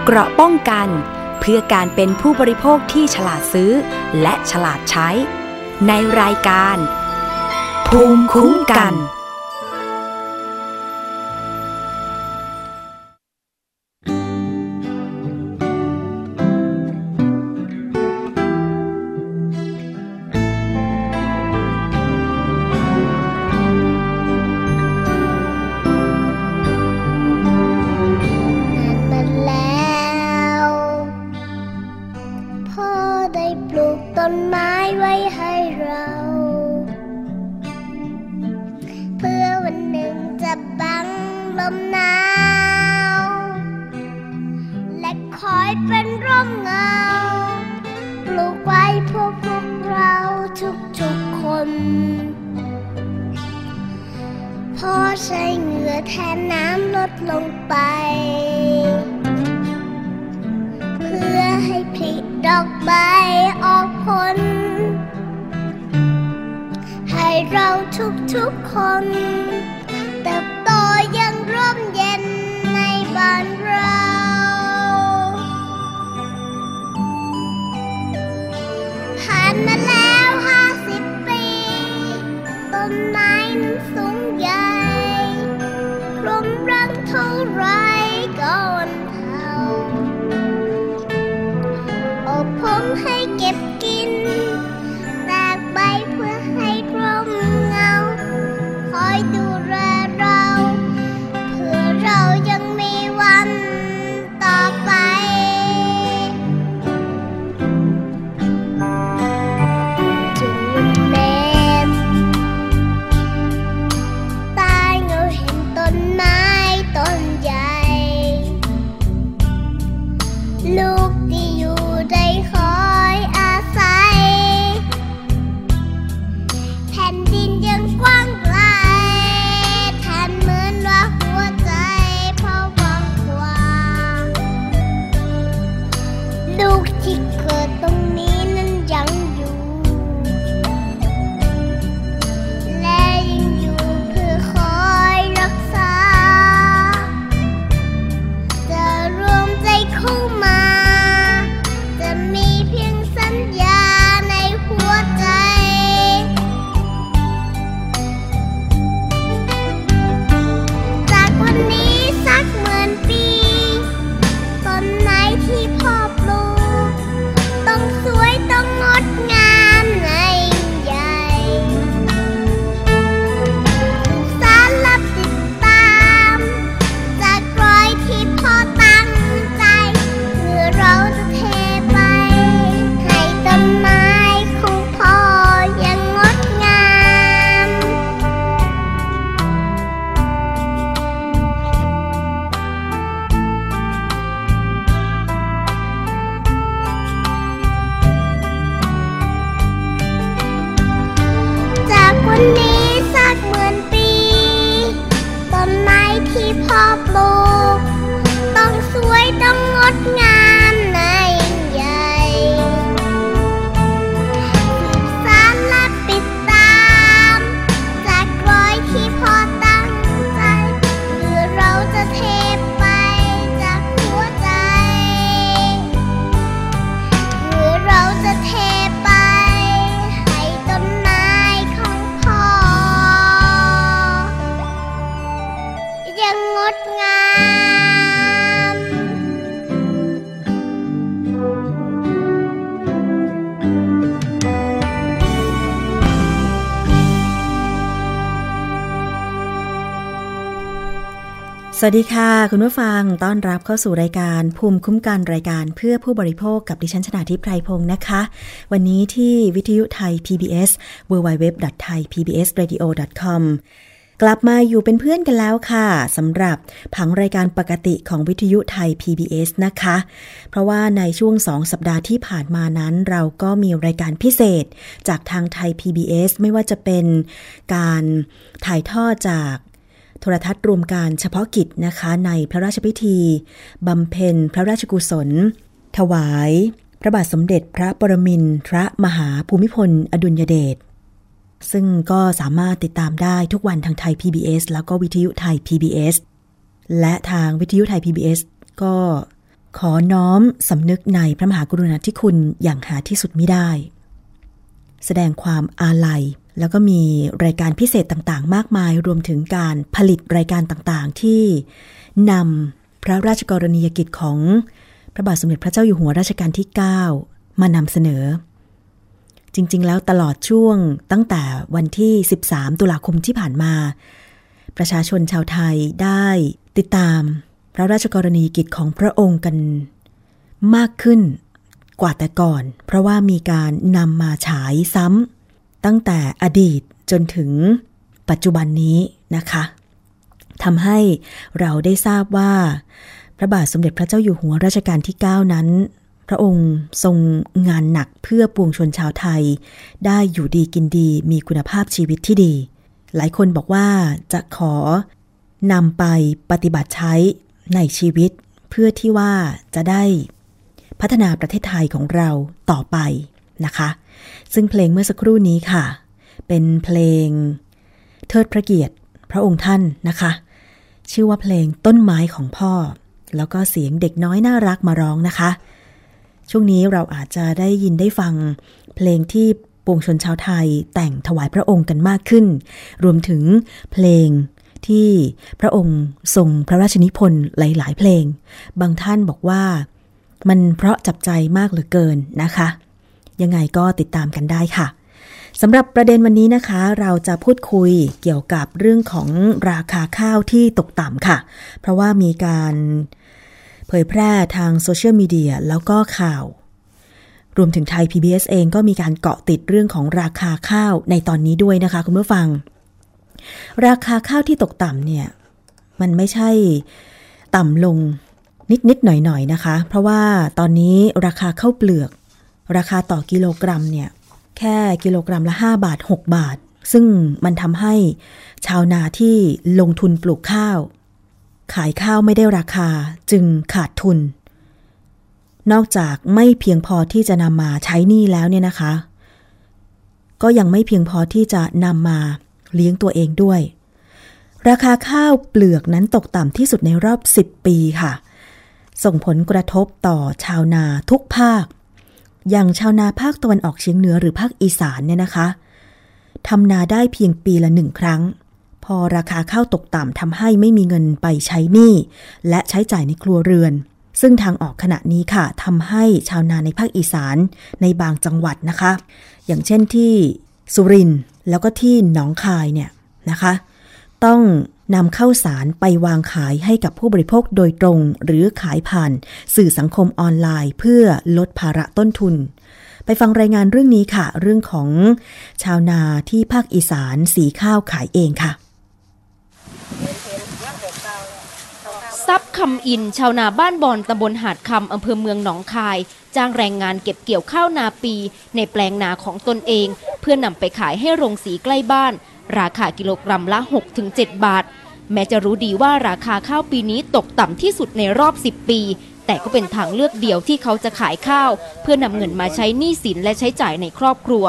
เกราะป้องกันเพื่อการเป็นผู้บริโภคที่ฉลาดซื้อและฉลาดใช้ในรายการภูมิคุ้มกันทุกคนเติบโตยังร่มเย็นในบ้านเราผ่านมาแล้ว50 ปีต้นไม้นั้นสูงใหญ่ร่มรื่นเท่าไรก็วันเทาอบผมให้เก็บกินแตกใบเพื่อให้ร่มเงาคอยดูแลเราเพื่อเรายังมีวันต่อไปถึงวันนี้ตาเงาเห็นต้นไม้ต้นใหญ่ลูกที่อยู่ได้คอยอาศัยแผ่นดินยังกว้างไกลแทนเหมือนว่าหัวใจพ่อวางขวางลูกที่เกิดตรงนี้นั้นยังอยู่และยังอยู่เพื่อคอยรักษาจะรวมใจเข้ามาจะมีเพียงสัญญาในหัวใจจากวันนี้สัก10,000 ปีต้นไม้ที่พ่อปลูกต้องสวยต้องงดงามและยิ่งใหญ่สารและติดตามจากรอยที่พ่อตั้งใจเพื่อเราจะเทไปให้ต้นไม้ของพ่อยังงดงามจากวันนี้สัก10,000 ปีต้นไม้ที่พ่อปลูกต้องสวยต้องงดงามและยิ่งใหญ่สืบสานและปิดตามจากรอยที่พ่อตั้งใจเพื่อเราจะเทไปจากหัวใจเพื่อเราจะเทไปให้ต้นไม้ของพ่อยังงดงามสวัสดีค่ะคุณผู้ฟังต้อนรับเข้าสู่รายการภูมิคุ้มกันรายการเพื่อผู้บริโภคกับดิฉันชนาธิป ไพรพงศ์นะคะวันนี้ที่วิทยุไทย PBS www.thaipbsradio.com กลับมาอยู่เป็นเพื่อนกันแล้วค่ะสำหรับผังรายการปกติของวิทยุไทย PBS นะคะเพราะว่าในช่วง2 สัปดาห์ที่ผ่านมานั้นเราก็มีรายการพิเศษจากทางไทย PBS ไม่ว่าจะเป็นการถ่ายทอดจากโทรทัศน์รวมการเฉพาะกิจนะคะในพระราชพิธีบำเพ็ญพระราชกุศลถวายพระบาทสมเด็จพระปรมินทรมหาภูมิพลอดุลยเดชซึ่งก็สามารถติดตามได้ทุกวันทางไทย PBS แล้วก็วิทยุไทย PBS และทางวิทยุไทย PBS ก็ขอน้อมสำนึกในพระมหากรุณาธิคุณอย่างหาที่สุดมิได้แสดงความอาลัยแล้วก็มีรายการพิเศษต่างๆมากมายรวมถึงการผลิตรายการต่างๆที่นำพระราชกรณียกิจของพระบาทสมเด็จพระเจ้าอยู่หัวรัชกาลที่ 9 มานำเสนอจริงๆแล้วตลอดช่วงตั้งแต่วันที่13ตุลาคมที่ผ่านมาประชาชนชาวไทยได้ติดตามพระราชกรณียกิจของพระองค์กันมากขึ้นกว่าแต่ก่อนเพราะว่ามีการนำมาฉายซ้ำตั้งแต่อดีตจนถึงปัจจุบันนี้นะคะทำให้เราได้ทราบว่าพระบาทสมเด็จพระเจ้าอยู่หัวรัชกาลที่ 9 นั้นพระองค์ทรงงานหนักเพื่อปวงชนชาวไทยได้อยู่ดีกินดีมีคุณภาพชีวิตที่ดีหลายคนบอกว่าจะขอนำไปปฏิบัติใช้ในชีวิตเพื่อที่ว่าจะได้พัฒนาประเทศไทยของเราต่อไปนะคะซึ่งเพลงเมื่อสักครู่นี้ค่ะเป็นเพลงเทิดพระเกียรติพระองค์ท่านนะคะชื่อว่าเพลงต้นไม้ของพ่อแล้วก็เสียงเด็กน้อยน่ารักมาร้องนะคะช่วงนี้เราอาจจะได้ยินได้ฟังเพลงที่ปวงชนชาวไทยแต่งถวายพระองค์กันมากขึ้นรวมถึงเพลงที่พระองค์ทรงพระราชนิพนธ์หลายๆเพลงบางท่านบอกว่ามันเพราะจับใจมากเหลือเกินนะคะยังไงก็ติดตามกันได้ค่ะสำหรับประเด็นวันนี้นะคะเราจะพูดคุยเกี่ยวกับเรื่องของราคาข้าวที่ตกต่ำค่ะเพราะว่ามีการเผยแพร่ทางโซเชียลมีเดียแล้วก็ข่าวรวมถึงไทย PBS เองก็มีการเกาะติดเรื่องของราคาข้าวในตอนนี้ด้วยนะคะคุณผู้ฟังราคาข้าวที่ตกต่ำเนี่ยมันไม่ใช่ต่ำลงนิดๆหน่อยๆนะคะเพราะว่าตอนนี้ราคาข้าวเปลือกราคาต่อกิโลกรัมเนี่ยแค่กิโลกรัมละ5 บาท 6 บาทซึ่งมันทำให้ชาวนาที่ลงทุนปลูกข้าวขายข้าวไม่ได้ราคาจึงขาดทุนนอกจากไม่เพียงพอที่จะนำมาใช้หนี้แล้วเนี่ยนะคะก็ยังไม่เพียงพอที่จะนำมาเลี้ยงตัวเองด้วยราคาข้าวเปลือกนั้นตกต่ำที่สุดในรอบ10 ปีค่ะส่งผลกระทบต่อชาวนาทุกภาคอย่างชาวนาภาคตะวันออกเฉียงเหนือหรือภาคอีสานเนี่ยนะคะทำนาได้เพียงปีละ1 ครั้งพอราคาข้าวตกต่ำทำให้ไม่มีเงินไปใช้หนี้และใช้จ่ายในครัวเรือนซึ่งทางออกขณะนี้ค่ะทำให้ชาวนาในภาคอีสานในบางจังหวัดนะคะอย่างเช่นที่สุรินทร์แล้วก็ที่หนองคายเนี่ยนะคะต้องนำข้าวสารไปวางขายให้กับผู้บริโภคโดยตรงหรือขายผ่านสื่อสังคมออนไลน์เพื่อลดภาระต้นทุนไปฟังรายงานเรื่องนี้ค่ะเรื่องของชาวนาที่ภาคอีสานสีข้าวขายเองค่ะทรัพย์คำอินชาวนาบ้านบอนตำบลหาดคำอำเภอเมืองหนองคายจ้างแรงงานเก็บเกี่ยวข้าวนาปีในแปลงนาของตนเองเพื่อนำไปขายให้โรงสีใกล้บ้านราคากิโลกรัมละ 6-7 บาทแม้จะรู้ดีว่าราคาข้าวปีนี้ตกต่ำที่สุดในรอบ10 ปีแต่ก็เป็นทางเลือกเดียวที่เขาจะขายข้าวเพื่อนำเงินมาใช้หนี้สินและใช้จ่ายในครอบครัว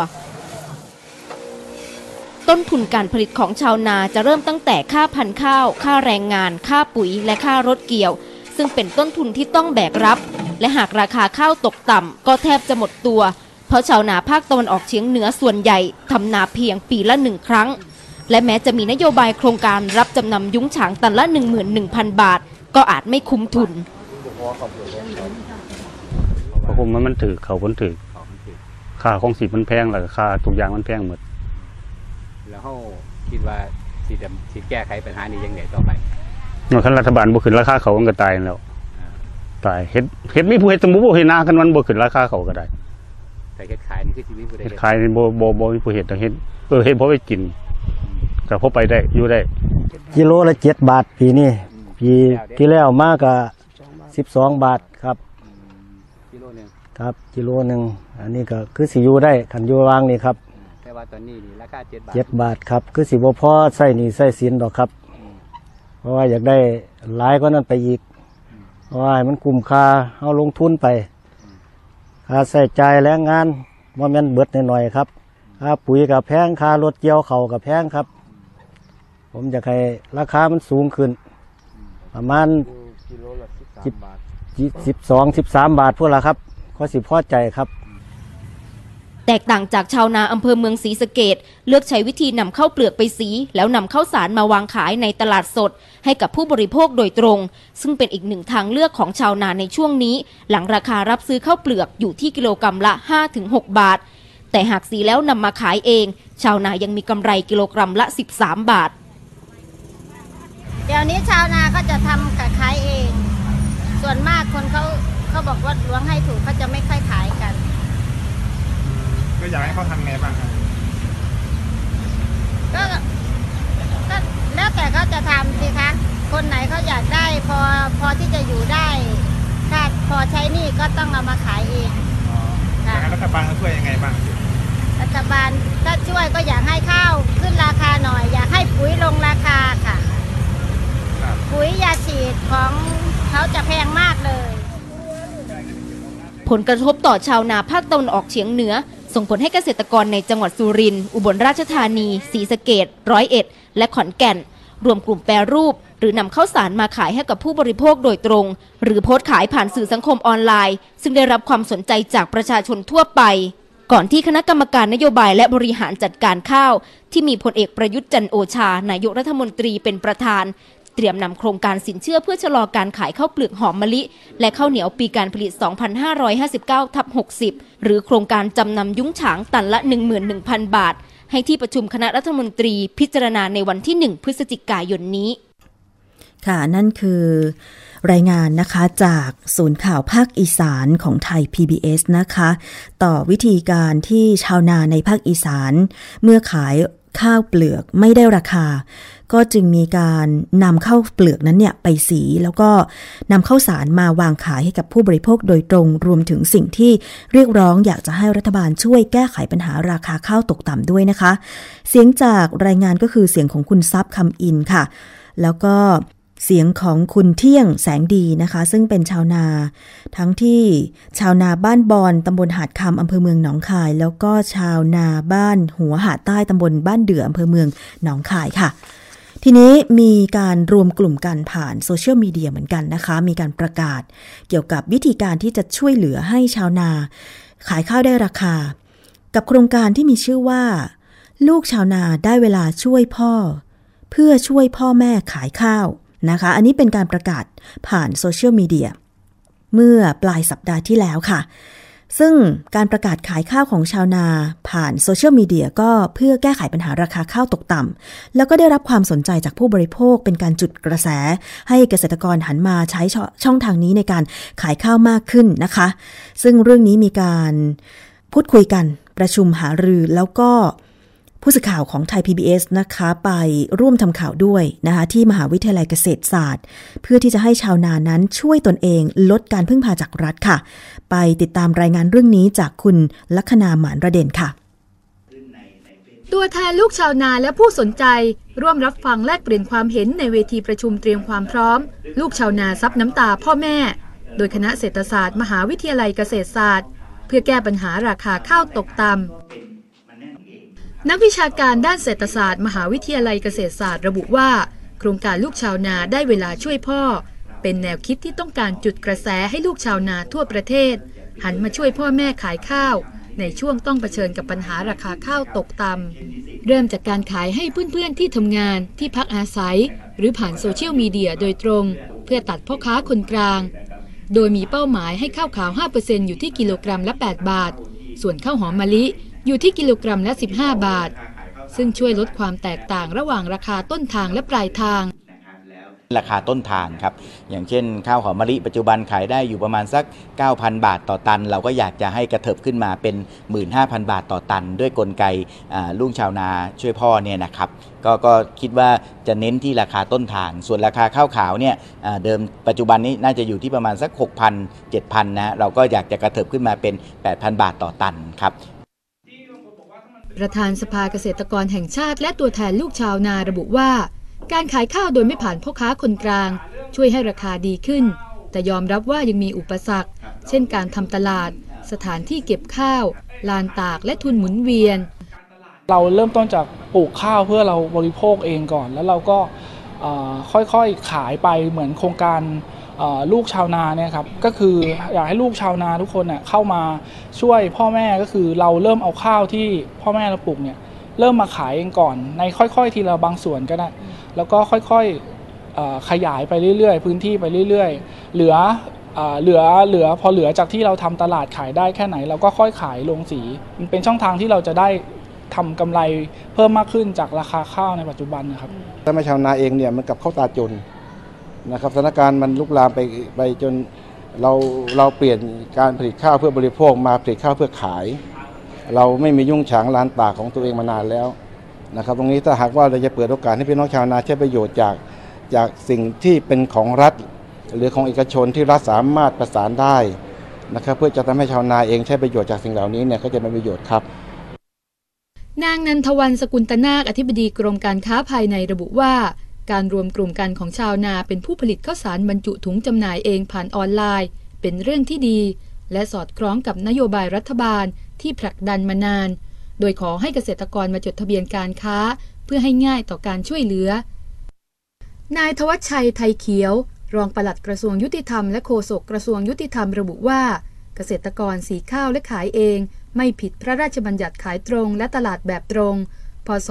ต้นทุนการผลิตของชาวนาจะเริ่มตั้งแต่ค่าพันธุ์ข้าวค่าแรงงานค่าปุ๋ยและค่ารถเกี่ยวซึ่งเป็นต้นทุนที่ต้องแบกรับและหากราคาข้าวตกต่ำก็แทบจะหมดตัวเพราะชาวนาภาคตะวันออกเฉียงเหนือส่วนใหญ่ทำนาเพียงปีละ1 ครั้งและแม้จะมีนโยบายโครงการรับจำนำยุ้งฉางตันละ 11,000 บาทก็อาจไม่คุ้มทุนเพราะมันถือเขาคนถือค่าของสีมันแพงแล้วค่าทุกอย่างมันแพงหมดแล้วเขาคิดว่าสิแก้ไขปัญหานี้ยังไงต่อไปขั้นรัฐบาลบ่ขึ้นราคาเขาก็ตายแล้วตายเฮ็ดมีผู้เฮ็ดสมมุติบ่เฮ็ดนากันมันบ่ขึ้นราคาเขาก็ได้แต่เฮ็ดขายนี่คือชีวิตผู้ใดเฮ็ดขายนี่บ่มีผู้เฮ็ดแต่เฮ็ดเฮ็ดพอไปกินก็พอไปได้อยู่ได้กิโลละ7 บาทปีนี้ปีที่แล้วมาก็12 บาทครับกิโลนึงครับกิโลนึงอันนี้ก็คือสิอยู่ได้คันอยู่วางนี่ครับแต่ว่าตอนนี้นี่ราคา 7 บาทครับคือสิบ่พอใช้หนี้ใช้สินดอกครับเพราะว่าอยากได้หลายกว่านั้นไปอีกเพราะว่ามันคุ้มค่าเฮาลงทุนไปค่าใช้จ่ายแรงงานบ่แม่นเบิดน้อยๆครับค่าปุ๋ยก็แพงค่ารถเกี่ยวข้าวก็แพงครับผมอยากให้ราคามันสูงขึ้นประมาณ 12-13 บาทพวกละครับก็สิพอใจครับแตกต่างจากชาวนาอำเภอเมืองศรีสะเกษเลือกใช้วิธีนำข้าวเปลือกไปสีแล้วนำข้าวสารมาวางขายในตลาดสดให้กับผู้บริโภคโดยตรงซึ่งเป็นอีกหนึ่งทางเลือกของชาวนาในช่วงนี้หลังราคารับซื้อข้าวเปลือกอยู่ที่กิโลกรัมละ 5-6 บาทแต่หากสีแล้วนำมาขายเองชาวนายังมีกำไรกิโลกรัมละ 13 บาทเดี๋ยวนี้ชาวนาก็จะทำขายเองส่วนมากคนเขาบอกว่าล้วงให้ถูกเขาจะไม่ค่อยขายกันก็อยากให้เขาทำไงบ้างครับก็แล้วแต่เขาจะทำสิคะคนไหนเขาอยากได้พอที่จะอยู่ได้ถ้าพอใช้หนี้ก็ต้องเอามาขายเองรัฐบาลเขาช่วยยังไงบ้างรัฐบาลถ้าช่วยก็อยากให้ข้าวขึ้นราคาหน่อยอยากให้ปุ๋ยลงราคาค่ะปุ๋ยยาฉีดของเขาจะแพงมากเลยผลกระทบต่อชาวนาภาคตะวันออกเฉียงเหนือส่งผลให้เกษตรกรในจังหวัดสุรินทร์อุบลราชธานีศรีสะเกษ101และขอนแก่นรวมกลุ่มแปรรูปหรือนำข้าวสารมาขายให้กับผู้บริโภคโดยตรงหรือโพสต์ขายผ่านสื่อสังคมออนไลน์ซึ่งได้รับความสนใจจากประชาชนทั่วไปก่อนที่คณะกรรมการนโยบายและบริหารจัดการข้าวที่มีพลเอกประยุทธ์จันทร์โอชานายกรัฐมนตรีเป็นประธานเตรียมนำโครงการสินเชื่อเพื่อชะลอการขายข้าวเปลือกหอมมะลิและข้าวเหนียวปีการผลิต 2559/60 หรือโครงการจำนำยุ้งฉางตันละ 11,000 บาทให้ที่ประชุมคณะรัฐมนตรีพิจารณาในวันที่ 1 พฤศจิกายนนี้ค่ะนั่นคือรายงานนะคะจากศูนย์ข่าวภาคอีสานของไทย PBS นะคะต่อวิธีการที่ชาวนาในภาคอีสานเมื่อขายข้าวเปลือกไม่ได้ราคาก็จึงมีการนำข้าวเปลือกนั้นเนี่ยไปสีแล้วก็นำข้าวสารมาวางขายให้กับผู้บริโภคโดยตรงรวมถึงสิ่งที่เรียกร้องอยากจะให้รัฐบาลช่วยแก้ไขปัญหาราคาข้าวตกต่ำด้วยนะคะเสียงจากรายงานก็คือเสียงของคุณทรัพย์คำอินค่ะแล้วก็เสียงของคุณเที่ยงแสงดีนะคะซึ่งเป็นชาวนาทั้งที่ชาวนาบ้านบอนตำบลหาดคำอำเภอเมืองหนองคายแล้วก็ชาวนาบ้านหัวหาดใต้ตำบลบ้านเดืออำเภอเมืองหนองคายค่ะทีนี้มีการรวมกลุ่มกันผ่านโซเชียลมีเดียเหมือนกันนะคะมีการประกาศเกี่ยวกับวิธีการที่จะช่วยเหลือให้ชาวนาขายข้าวได้ราคากับโครงการที่มีชื่อว่าลูกชาวนาได้เวลาช่วยพ่อเพื่อช่วยพ่อแม่ขายข้าวนะคะอันนี้เป็นการประกาศผ่านโซเชียลมีเดียเมื่อปลายสัปดาห์ที่แล้วค่ะซึ่งการประกาศขายข้าวของชาวนาผ่านโซเชียลมีเดียก็เพื่อแก้ไขปัญหาราคาข้าวตกต่ำแล้วก็ได้รับความสนใจจากผู้บริโภคเป็นการจุดกระแสให้เกษตรกรหันมาใช้ช่องทางนี้ในการขายข้าวมากขึ้นนะคะซึ่งเรื่องนี้มีการพูดคุยกันประชุมหารือแล้วก็ผู้สื่อข่าวของไทย PBS นะคะไปร่วมทำข่าวด้วยนะคะที่มหาวิทยาลัยเกษตรศาสตร์เพื่อที่จะให้ชาวนานั้นช่วยตนเองลดการพึ่งพาจากรัฐค่ะไปติดตามรายงานเรื่องนี้จากคุณลัคนาหมานระเด็นค่ะตัวแทนลูกชาวนาและผู้สนใจร่วมรับฟังแลกเปลี่ยนความเห็นในเวทีประชุมเตรียมความพร้อมลูกชาวนาซับน้ำตาพ่อแม่โดยคณะเศรษฐศาสตร์มหาวิทยาลัยเกษตรศาสตร์เพื่อแก้ปัญหาราคาข้าวตกต่ำนักวิชาการด้านเศรษฐศาสตร์มหาวิทยาลัยเกษตรศาสตร์ระบุว่าโครงการลูกชาวนาได้เวลาช่วยพ่อเป็นแนวคิดที่ต้องการจุดกระแสให้ลูกชาวนาทั่วประเทศหันมาช่วยพ่อแม่ขายข้าวในช่วงต้องเผชิญกับปัญหาราคาข้าวตกต่ำเริ่มจากการขายให้เพื่อนๆที่ทำงานที่พักอาศัยหรือผ่านโซเชียลมีเดียโดยตรงเพื่อตัดพ่อค้าคนกลางโดยมีเป้าหมายให้ข้าวขาว 5% อยู่ที่กิโลกรัมละ8 บาทส่วนข้าวหอมมะลิอยู่ที่กิโลกรัมละ15 บาทซึ่งช่วยลดความแตกต่างระหว่างราคาต้นทางและปลายทางราคาต้นทางครับอย่างเช่นข้าวหอมมะลิปัจจุบันขายได้อยู่ประมาณสัก 9,000 บาทต่อตันเราก็อยากจะให้กระเถิบขึ้นมาเป็น 15,000 บาทต่อตันด้วยกลไกลูกชาวนาช่วยพ่อเนี่ยนะครับก็คิดว่าจะเน้นที่ราคาต้นทางส่วนราคาข้าวขาวเนี่ยเดิมปัจจุบันนี้น่าจะอยู่ที่ประมาณสัก 6,000 7,000 นะเราก็อยากจะกระเถิบขึ้นมาเป็น 8,000 บาทต่อตันครับประธานสภาเกษตรกรแห่งชาติและตัวแทนลูกชาวนาระบุว่าการขายข้าวโดยไม่ผ่านพ่อค้าคนกลางช่วยให้ราคาดีขึ้นแต่ยอมรับว่ายังมีอุปสรรคเช่นการทำตลาดสถานที่เก็บข้าวลานตากและทุนหมุนเวียนเราเริ่มต้นจากปลูกข้าวเพื่อเราบริโภคเองก่อนแล้วเราก็ค่อยๆขายไปเหมือนโครงการลูกชาวนาเนี่ยครับก็คืออยากให้ลูกชาวนาทุกคนเข้ามาช่วยพ่อแม่ก็คือเราเริ่มเอาข้าวที่พ่อแม่เราปลูกเนี่ยเริ่มมาขายเองก่อนในค่อยๆทีละบางส่วนก็ได้แล้วก็ค่อยๆขยายไปเรื่อยๆพื้นที่ไปเรื่อยๆเหลือพอเหลือจากที่เราทำตลาดขายได้แค่ไหนเราก็ค่อยขายลงสีมันเป็นช่องทางที่เราจะได้ทำกำไรเพิ่มมากขึ้นจากราคาข้าวในปัจจุบันนะครับถ้าไม่ชาวนาเองเนี่ยมันกับข้าวตาจนนะครับสถานการณ์มันลุกลามไปจนเราเปลี่ยนการผลิตข้าวเพื่อบริโภคมาผลิตข้าวเพื่อขายเราไม่มียุ่งฉางลานตากของตัวเองมานานแล้วนะครับตรงนี้ถ้าหากว่าเราจะเปิดโอกาสให้พี่น้องชาวนาใช้ประโยชน์จากสิ่งที่เป็นของรัฐหรือของเอกชนที่รัฐสามารถประสานได้นะครับเพื่อจะทำให้ชาวนาเองใช้ประโยชน์จากสิ่งเหล่านี้เนี่ยก็จะเป็นประโยชน์ครับนางนันทวรรณ สกุลตนาคอธิบดีกรมการค้าภายในระบุว่าการรวมกลุ่มกันของชาวนาเป็นผู้ผลิตข้าวสารบรรจุถุงจำหน่ายเองผ่านออนไลน์เป็นเรื่องที่ดีและสอดคล้องกับนโยบายรัฐบาลที่ผลักดันมานานโดยขอให้เกษตรกรมาจดทะเบียนการค้าเพื่อให้ง่ายต่อการช่วยเหลือนายธวัชชัยไทยเขียวรองปลัดกระทรวงยุติธรรมและโฆษกกระทรวงยุติธรรมระบุว่าเกษตรกรสีข้าวและขายเองไม่ผิดพระราชบัญญัติขายตรงและตลาดแบบตรงพ.ศ.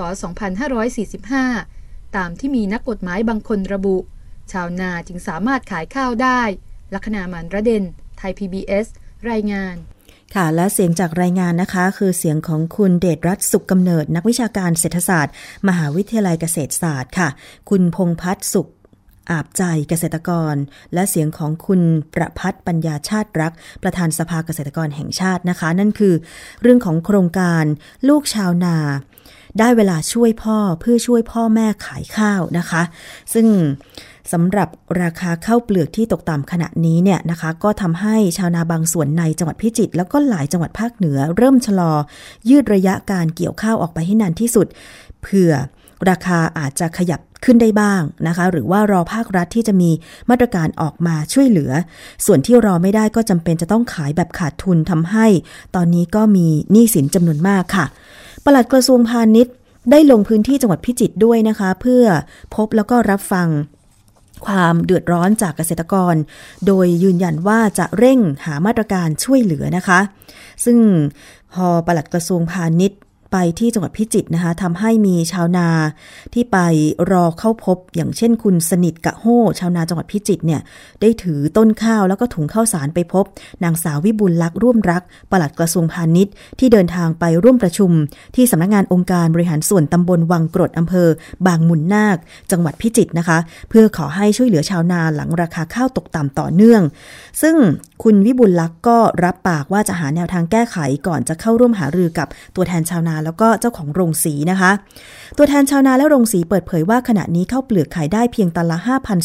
2545 ตามที่มีนักกฎหมายบางคนระบุชาวนาจึงสามารถขายข้าวได้ลัคนา มันระเด็นไทย PBS รายงานค่ะและเสียงจากรายงานนะคะคือเสียงของคุณเดชรัตน์สุขกำเนิดนักวิชาการเศรษฐศาสตร์มหาวิทยาลัยเกษตรศาสตร์ค่ะคุณพงษ์พัฒน์สุขอาบใจเกษตรกรและเสียงของคุณประภัทรปัญญาชาติรักประธานสภาเกษตรกรแห่งชาตินะคะนั่นคือเรื่องของโครงการลูกชาวนาได้เวลาช่วยพ่อเพื่อช่วยพ่อแม่ขายข้าวนะคะซึ่งสำหรับราคาข้าวเปลือกที่ตกต่ำขณะนี้เนี่ยนะคะก็ทำให้ชาวนาบางส่วนในจังหวัดพิจิตรแล้วก็หลายจังหวัดภาคเหนือเริ่มชะลอยืดระยะการเกี่ยวข้าวออกไปให้นานที่สุดเพื่อราคาอาจจะขยับขึ้นได้บ้างนะคะหรือว่ารอภาครัฐที่จะมีมาตรการออกมาช่วยเหลือส่วนที่รอไม่ได้ก็จำเป็นจะต้องขายแบบขาดทุนทำให้ตอนนี้ก็มีหนี้สินจำนวนมากค่ะปลัดกระทรวงพาณิชย์ได้ลงพื้นที่จังหวัดพิจิตรด้วยนะคะเพื่อพบแล้วก็รับฟังความเดือดร้อนจากเกษตรกรโดยยืนยันว่าจะเร่งหามาตรการช่วยเหลือนะคะซึ่งพอปลัดกระทรวงพาณิชย์ไปที่จังหวัดพิจิตรนะคะทำให้มีชาวนาที่ไปรอเข้าพบอย่างเช่นคุณสนิทกะโฮชาวนาจังหวัดพิจิตรเนี่ยได้ถือต้นข้าวแล้วก็ถุงข้าวสารไปพบนางสาววิบุลลักษณ์ร่วมรักปลัดกระทรวงพาณิชย์ที่เดินทางไปร่วมประชุมที่สำนักงานองค์การบริหารส่วนตำบลวังกรดอำเภอบางมุนนาคจังหวัดพิจิตรนะคะเพื่อขอให้ช่วยเหลือชาวนาหลังราคาข้าวตกต่ำต่อเนื่องซึ่งคุณวิบุลลักษณ์ก็รับปากว่าจะหาแนวทางแก้ไขก่อนจะเข้าร่วมหารือกับตัวแทนชาวนาแล้วก็เจ้าของโรงสีนะคะตัวแทนชาวนาและโรงสีเปิดเผยว่าขณะนี้ข้าวเปลือกขายได้เพียงตันละ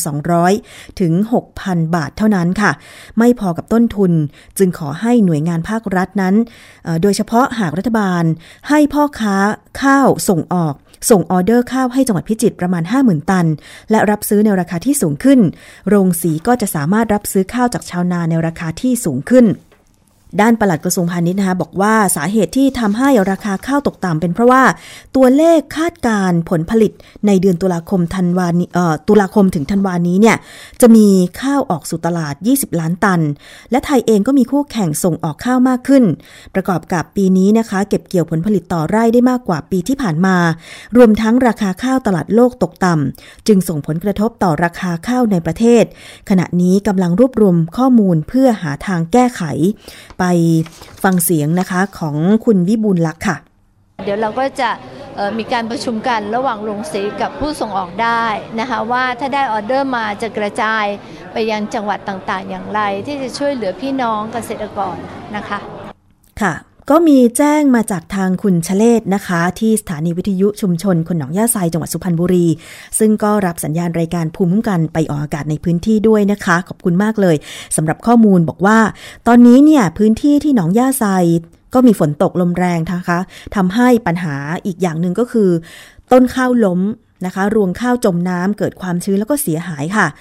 5,200 ถึง 6,000 บาทเท่านั้นค่ะไม่พอกับต้นทุนจึงขอให้หน่วยงานภาครัฐนั้นโดยเฉพาะหากรัฐบาลให้พ่อค้าข้าวส่งออเดอร์ข้าวให้จังหวัดพิจิตรประมาณ 50,000 ตันและรับซื้อในราคาที่สูงขึ้นโรงสีก็จะสามารถรับซื้อข้าวจากชาวนาในราคาที่สูงขึ้นด้านปลัดกระทรวงพาณิชย์นะคะบอกว่าสาเหตุที่ทำให้ราคาข้าวตกต่ำเป็นเพราะว่าตัวเลขคาดการผลผลิตในเดือนตุลาคมถึงธันวานี้เนี่ยจะมีข้าวออกสู่ตลาด20ล้านตันและไทยเองก็มีคู่แข่งส่งออกข้าวมากขึ้นประกอบกับปีนี้นะคะเก็บเกี่ยวผลผลิตต่อไร่ได้มากกว่าปีที่ผ่านมารวมทั้งราคาข้าวตลาดโลกตกต่ำจึงส่งผลกระทบต่อราคาข้าวในประเทศขณะนี้กำลังรวบรวมข้อมูลเพื่อหาทางแก้ไขไปฟังเสียงนะคะของคุณวิบูลย์ลักษณ์ค่ะเดี๋ยวเราก็จะมีการประชุมกันระหว่างโรงสีกับผู้ส่งออกได้นะคะว่าถ้าได้ออเดอร์มาจะกระจายไปยังจังหวัดต่างๆอย่างไรที่จะช่วยเหลือพี่น้องเกษตรกรนะคะค่ะก็มีแจ้งมาจากทางคุณชเลศนะคะที่สถานีวิทยุชุมชนคนหนองย่าไซจังหวัดสุพรรณบุรีซึ่งก็รับสัญญาณรายการภูมิคุ้มกันไปออกอากาศในพื้นที่ด้วยนะคะขอบคุณมากเลยสำหรับข้อมูลบอกว่าตอนนี้เนี่ยพื้นที่ที่หนองย่าไซก็มีฝนตกลมแรงนะคะทำให้ปัญหาอีกอย่างหนึ่งก็คือต้นข้าวล้มนะคะรวงข้าวจมน้ำเกิดความชื้นแล้วก็เสียหายค่ะ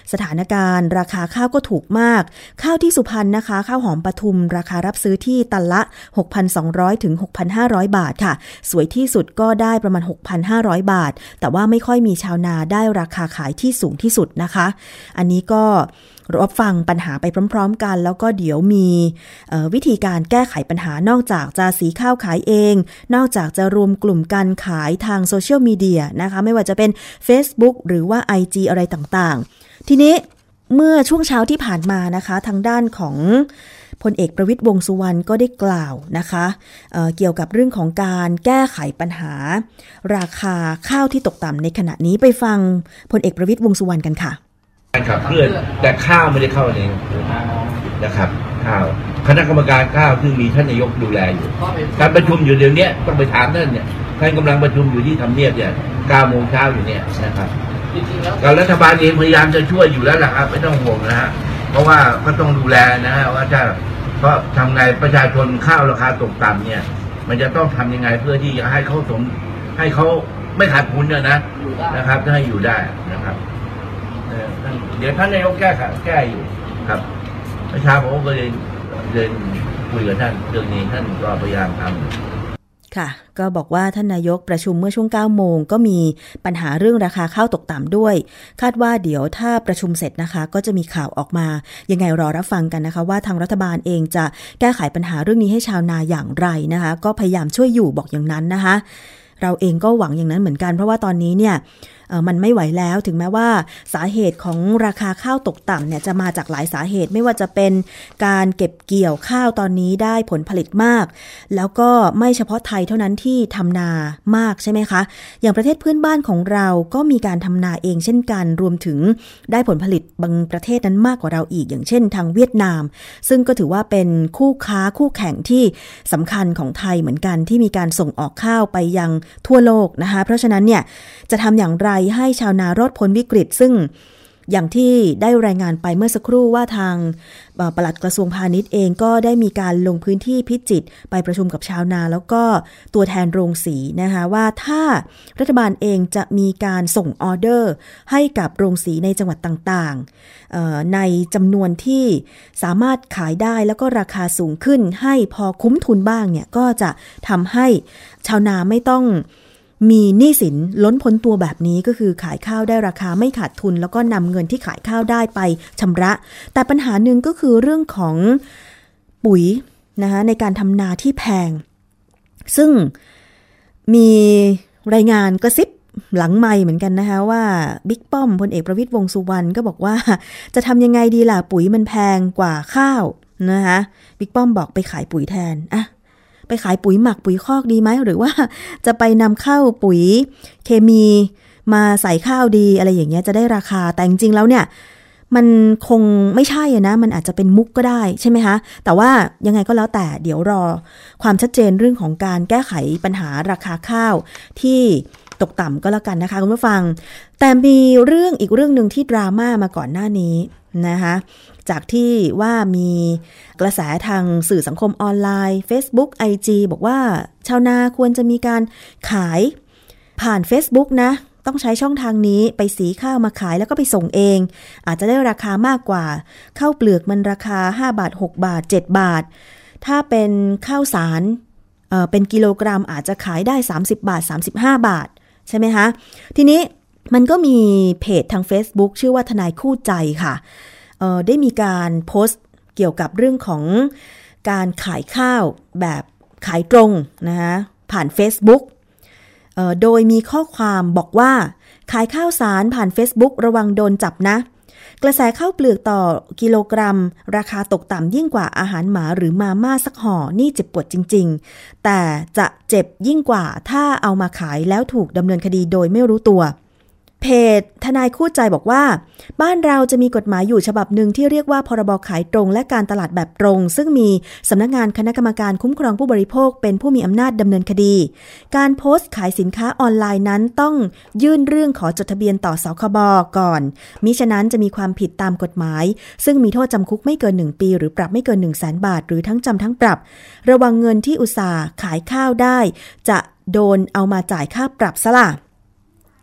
สถานการณ์ราคาข้าวก็ถูกมากข้าวที่สุพรรณนะคะข้าวหอมปทุมราคารับซื้อที่ตันละ 6,200 ถึง 6,500 บาทค่ะสวยที่สุดก็ได้ประมาณ 6,500 บาทแต่ว่าไม่ค่อยมีชาวนาได้ราคาขายที่สูงที่สุดนะคะอันนี้ก็รับฟังปัญหาไปพร้อมๆกันแล้วก็เดี๋ยวมีวิธีการแก้ไขปัญหานอกจากจะสีข้าวขายเองนอกจากจะรวมกลุ่มการขายทางโซเชียลมีเดียนะคะไม่ว่าจะเป็น Facebook หรือว่า IG อะไรต่างๆทีนี้เมื่อช่วงเช้าที่ผ่านมานะคะทางด้านของพลเอกประวิตรวงษ์สุวรรณก็ได้กล่าวนะคะเกี่ยวกับเรื่องของการแก้ไขปัญหาราคาข้าวที่ตกต่ำในขณะนี้ไปฟังพลเอกประวิตรวงษ์สุวรรณกันค่ะการขับเคลื่อนแต่ข้าวไม่ได้เข้าในนะครับข้าวคณะกรรมการข้าวซึ่งมีท่านนายกดูแลอยู่การประชุมอยู่เดี๋ยวนี้ต้องไปถามท่านเนี่ยท่านกำลังประชุมอยู่ที่ทำเนียบเนี่ย9 โมงเช้าอยู่เนี่ยนะครับการรัฐบาลเองพยายามจะช่วยอยู่แล้วล่ะครับไม่ต้องห่วงนะฮะเพราะว่าก็ต้องดูแลนะฮะว่าถ้าเพราะทำไงประชาชนข้าวราคาตกต่ำเนี่ยมันจะต้องทำยังไงเพื่อที่จะให้เขาไม่ขาดทุนนะครับจะให้อยู่ได้นะครับเดี๋ยวท่านนายกแก้อยู่ครับประชาชนผมก็เลยคุยกับท่านเรื่องนี้ท่านก็พยายามทำค่ะก็บอกว่าท่านนายกประชุมเมื่อช่วง 9 โมงก็มีปัญหาเรื่องราคาข้าวตกต่ำด้วยคาดว่าเดี๋ยวถ้าประชุมเสร็จนะคะก็จะมีข่าวออกมายังไงรอรับฟังกันนะคะว่าทางรัฐบาลเองจะแก้ไขปัญหาเรื่องนี้ให้ชาวนาอย่างไรนะคะก็พยายามช่วยอยู่บอกอย่างนั้นนะคะเราเองก็หวังอย่างนั้นเหมือนกันเพราะว่าตอนนี้เนี่ยมันไม่ไหวแล้วถึงแม้ว่าสาเหตุของราคาข้าวตกต่ำเนี่ยจะมาจากหลายสาเหตุไม่ว่าจะเป็นการเก็บเกี่ยวข้าวตอนนี้ได้ผลผลิตมากแล้วก็ไม่เฉพาะไทยเท่านั้นที่ทำนามากใช่ไหมคะอย่างประเทศเพื่อนบ้านของเราก็มีการทำนาเองเช่นกันรวมถึงได้ผลผลิตบางประเทศนั้นมากกว่าเราอีกอย่างเช่นทางเวียดนามซึ่งก็ถือว่าเป็นคู่ค้าคู่แข่งที่สำคัญของไทยเหมือนกันที่มีการส่งออกข้าวไปยังทั่วโลกนะคะเพราะฉะนั้นเนี่ยจะทำอย่างไรให้ชาวนารอดพ้นวิกฤตซึ่งอย่างที่ได้รายงานไปเมื่อสักครู่ว่าทางปลัดกระทรวงพาณิชย์เองก็ได้มีการลงพื้นที่พิจิตรไปประชุมกับชาวนาแล้วก็ตัวแทนโรงสีนะคะว่าถ้ารัฐบาลเองจะมีการส่งออเดอร์ให้กับโรงสีในจังหวัดต่างๆในจำนวนที่สามารถขายได้แล้วก็ราคาสูงขึ้นให้พอคุ้มทุนบ้างเนี่ยก็จะทำให้ชาวนาไม่ต้องมีหนี้สินล้นพ้นตัวแบบนี้ก็คือขายข้าวได้ราคาไม่ขาดทุนแล้วก็นำเงินที่ขายข้าวได้ไปชำระแต่ปัญหาหนึ่งก็คือเรื่องของปุ๋ยนะคะในการทำนาที่แพงซึ่งมีรายงานกระซิบหลังไมค์เหมือนกันนะคะว่าบิ๊กป้อมพลเอกประวิตรวงษ์สุวรรณก็บอกว่าจะทำยังไงดีล่ะปุ๋ยมันแพงกว่าข้าวนะคะบิ๊กป้อมบอกไปขายปุ๋ยแทนไปขายปุ๋ยหมักปุ๋ยคอกดีไหมหรือว่าจะไปนำเข้าปุ๋ยเคมีมาใส่ข้าวดีอะไรอย่างเงี้ยจะได้ราคาแต่จริงๆแล้วเนี่ยมันคงไม่ใช่นะมันอาจจะเป็นมุกก็ได้ใช่ไหมคะแต่ว่ายังไงก็แล้วแต่เดี๋ยวรอความชัดเจนเรื่องของการแก้ไขปัญหาราคาข้าวที่ตกต่ำก็แล้วกันนะคะคุณผู้ฟังแต่มีเรื่องอีกเรื่องนึงที่ดราม่ามาก่อนหน้านี้นะคะจากที่ว่ามีกระแสทางสื่อสังคมออนไลน์ Facebook IG บอกว่าชาวนาควรจะมีการขายผ่าน Facebook นะต้องใช้ช่องทางนี้ไปสีข้าวมาขายแล้วก็ไปส่งเองอาจจะได้ราคามากกว่าข้าวเปลือกมันราคา5 บาท6 บาท7 บาทถ้าเป็นข้าวสารเป็นกิโลกรัมอาจจะขายได้30 บาท35 บาทใช่ไหมคะทีนี้มันก็มีเพจทาง Facebook ชื่อว่าทนายคู่ใจค่ะได้มีการโพสต์เกี่ยวกับเรื่องของการขายข้าวแบบขายตรงนะคะผ่าน Facebook โดยมีข้อความบอกว่าขายข้าวสารผ่าน Facebook ระวังโดนจับนะกระแสข้าวเปลือกต่อกิโลกรัมราคาตกต่ำยิ่งกว่าอาหารหมาหรือมาม่าสักห่อนี่เจ็บปวดจริงๆแต่จะเจ็บยิ่งกว่าถ้าเอามาขายแล้วถูกดำเนินคดีโดยไม่รู้ตัวเพจทนายคู่ใจบอกว่าบ้านเราจะมีกฎหมายอยู่ฉบับหนึ่งที่เรียกว่าพรบขายตรงและการตลาดแบบตรงซึ่งมีสำนักงานคณะกรรมการคุ้มครองผู้บริโภคเป็นผู้มีอำนาจดำเนินคดีการโพสต์ขายสินค้าออนไลน์นั้นต้องยื่นเรื่องขอจดทะเบียนต่อสคบก่อนมิฉะนั้นจะมีความผิดตามกฎหมายซึ่งมีโทษจำคุกไม่เกิน1 ปีหรือปรับไม่เกิน 100,000 บาทหรือทั้งจำทั้งปรับระวังเงินที่อุตส่าห์ขายข้าวได้จะโดนเอามาจ่ายค่าปรับซะล่ะ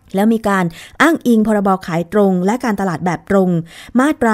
แล้วมีการอ้างอิงพรบขายตรงและการตลาดแบบตรงมาตรา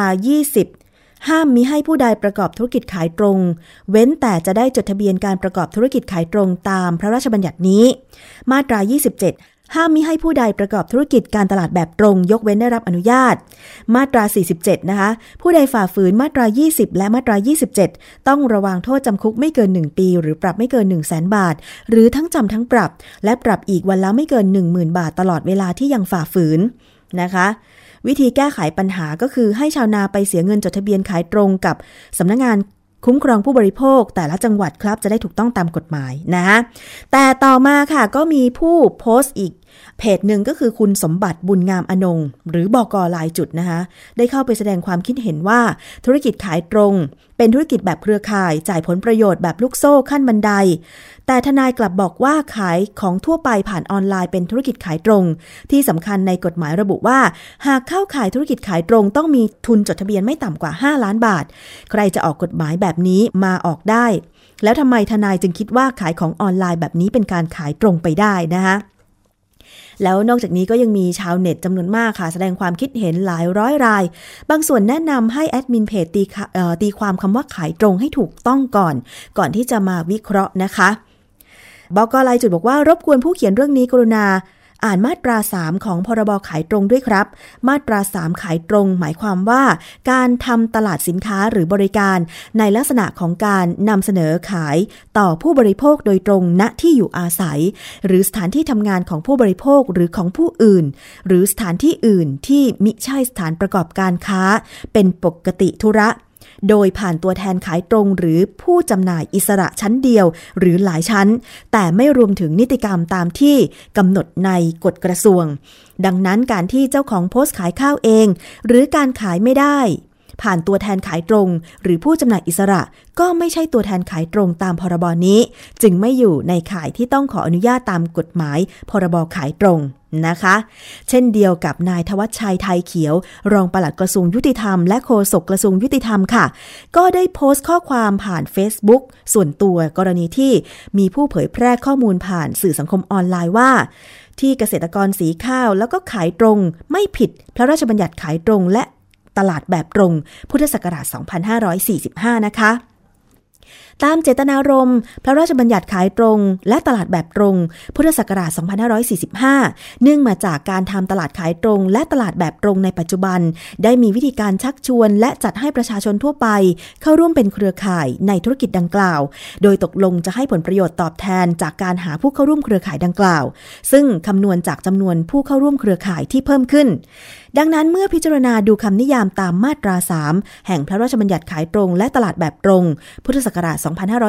20ห้ามมิให้ผู้ใดประกอบธุรกิจขายตรงเว้นแต่จะได้จดทะเบียนการประกอบธุรกิจขายตรงตามพระราชบัญญัตินี้มาตรา 27ห้ามมิให้ผู้ใดประกอบธุรกิจการตลาดแบบตรงยกเว้นได้รับอนุญาตมาตรา 47นะคะผู้ใดฝ่าฝืนมาตรา 20และมาตรา 27ต้องระวางโทษจำคุกไม่เกิน1ปีหรือปรับไม่เกิน 100,000 บาทหรือทั้งจำทั้งปรับและปรับอีกวันละไม่เกิน 10,000 บาทตลอดเวลาที่ยังฝ่าฝืนนะคะวิธีแก้ไขปัญหาก็คือให้ชาวนาไปเสียเงินจดทะเบียนขายตรงกับสำนักงานคุ้มครองผู้บริโภคแต่ละจังหวัดครับจะได้ถูกต้องตามกฎหมายนะแต่ต่อมาค่ะก็มีผู้โพสต์อีกเพจหนึ่งก็คือคุณสมบัติบุญงามอนงหรือบก.ลายจุดนะคะได้เข้าไปแสดงความคิดเห็นว่าธุรกิจขายตรงเป็นธุรกิจแบบเครือข่ายจ่ายผลประโยชน์แบบลูกโซ่ขั้นบันไดแต่ทนายกลับบอกว่าขายของทั่วไปผ่านออนไลน์เป็นธุรกิจขายตรงที่สำคัญในกฎหมายระบุว่าหากเข้าขายธุรกิจขายตรงต้องมีทุนจดทะเบียนไม่ต่ำกว่า5 ล้านบาทใครจะออกกฎหมายแบบนี้มาออกได้แล้วทำไมทนายจึงคิดว่าขายของออนไลน์แบบนี้เป็นการขายตรงไปได้นะคะแล้วนอกจากนี้ก็ยังมีชาวเน็ตจำนวนมากค่ะแสดงความคิดเห็นหลายร้อยรายบางส่วนแนะนำให้แอดมินเพจตีความคำว่าขายตรงให้ถูกต้องก่อนที่จะมาวิเคราะห์นะคะบก.ลายจุดบอกว่ารบกวนผู้เขียนเรื่องนี้กรุณาอ่านมาตรา3ของพรบขายตรงด้วยครับมาตรา3ขายตรงหมายความว่าการทำตลาดสินค้าหรือบริการในลักษณะของการนำเสนอขายต่อผู้บริโภคโดยตรงณที่อยู่อาศัยหรือสถานที่ทำงานของผู้บริโภคหรือของผู้อื่นหรือสถานที่อื่นที่มิใช่สถานประกอบการค้าเป็นปกติธุระโดยผ่านตัวแทนขายตรงหรือผู้จำหน่ายอิสระชั้นเดียวหรือหลายชั้นแต่ไม่รวมถึงนิติกรรมตามที่กำหนดในกฎกระทรวงดังนั้นการที่เจ้าของโพสต์ขายข้าวเองหรือการขายไม่ได้ผ่านตัวแทนขายตรงหรือผู้จำหน่ายอิสระก็ไม่ใช่ตัวแทนขายตรงตามพรบนี้จึงไม่อยู่ในข่ายที่ต้องขออนุญาตตามกฎหมายพรบขายตรงนะคะเช่นเดียวกับนายธวัชชัยไทยเขียวรองปลัดกระทรวงยุติธรรมและโฆษกกระทรวงยุติธรรมค่ะก็ได้โพสต์ข้อความผ่าน Facebook ส่วนตัวกรณีที่มีผู้เผยแพร่ข้อมูลผ่านสื่อสังคมออนไลน์ว่าที่เกษตรกรสีข้าวแล้วก็ขายตรงไม่ผิดพระราชบัญญัติขายตรงและตลาดแบบตรงพุทธศักราช 2545 นะคะตามเจตนารมณ์พระราชบัญญัติขายตรงและตลาดแบบตรงพุทธศักราช 2545 เนื่องมาจากการทำตลาดขายตรงและตลาดแบบตรงในปัจจุบันได้มีวิธีการชักชวนและจัดให้ประชาชนทั่วไปเข้าร่วมเป็นเครือข่ายในธุรกิจดังกล่าวโดยตกลงจะให้ผลประโยชน์ตอบแทนจากการหาผู้เข้าร่วมเครือข่ายดังกล่าวซึ่งคำนวณจากจำนวนผู้เข้าร่วมเครือข่ายที่เพิ่มขึ้นดังนั้นเมื่อพิจารณาดูคำนิยามตามมาตรา3แห่งพระราชบัญญัติขายตรงและตลาดแบบตรงพุทธศักราช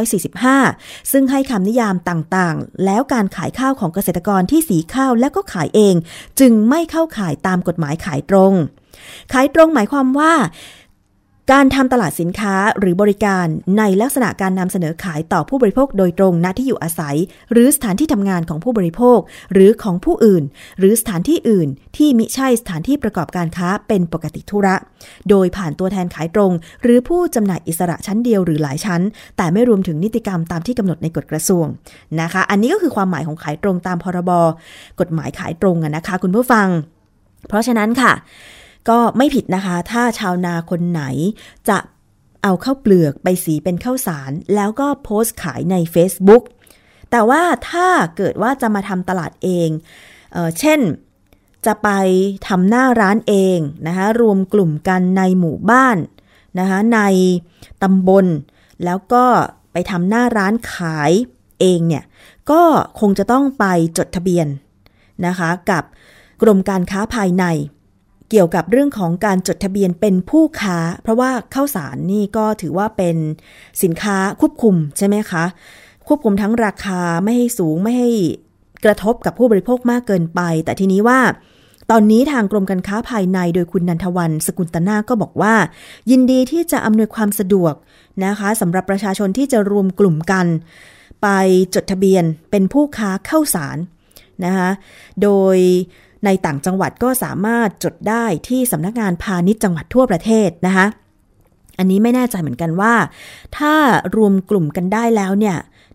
2545 ซึ่งให้คำนิยามต่างๆแล้วการขายข้าวของเกษตรกรที่สีข้าวและก็ขายเองจึงไม่เข้าข่ายตามกฎหมายขายตรงขายตรงหมายความว่าการทำตลาดสินค้าหรือบริการในลักษณะการนำเสนอขายต่อผู้บริโภคโดยตรงณที่อยู่อาศัยหรือสถานที่ทำงานของผู้บริโภคหรือของผู้อื่นหรือสถานที่อื่นที่มิใช่สถานที่ประกอบการค้าเป็นปกติธุระโดยผ่านตัวแทนขายตรงหรือผู้จำหน่ายอิสระชั้นเดียวหรือหลายชั้นแต่ไม่รวมถึงนิติกรรมตามที่กำหนดในกฎกระทรวงนะคะอันนี้ก็คือความหมายของขายตรงตามพรบกฎหมายขายตรงนะคะคุณผู้ฟังเพราะฉะนั้นค่ะก็ไม่ผิดนะคะถ้าชาวนาคนไหนจะเอาข้าวเปลือกไปสีเป็นข้าวสารแล้วก็โพสต์ขายใน Facebook แต่ว่าถ้าเกิดว่าจะมาทำตลาดเองเช่นจะไปทำหน้าร้านเองนะคะรวมกลุ่มกันในหมู่บ้านนะคะในตำบลแล้วก็ไปทำหน้าร้านขายเองเนี่ยก็คงจะต้องไปจดทะเบียนนะคะกับกรมการค้าภายในเกี่ยวกับเรื่องของการจดทะเบียนเป็นผู้ค้าเพราะว่าข้าวสารนี่ก็ถือว่าเป็นสินค้าควบคุมใช่ไหมคะควบคุมทั้งราคาไม่ให้สูงไม่ให้กระทบกับผู้บริโภคมากเกินไปแต่ทีนี้ว่าตอนนี้ทางกรมการค้าภายในโดยคุณนันทวรรณ สกุลตนาก็บอกว่ายินดีที่จะอำนวยความสะดวกนะคะสำหรับประชาชนที่จะรวมกลุ่มกันไปจดทะเบียนเป็นผู้ค้าข้าวสารนะคะโดยในต่างจังหวัดก็สามารถจดได้ที่สำนักงานพาณิชย์จังหวัดทั่วประเทศนะคะอันนี้ไม่แน่ใจเหมือนกันว่าถ้ารวมกลุ่มกันได้แล้วเนี่ย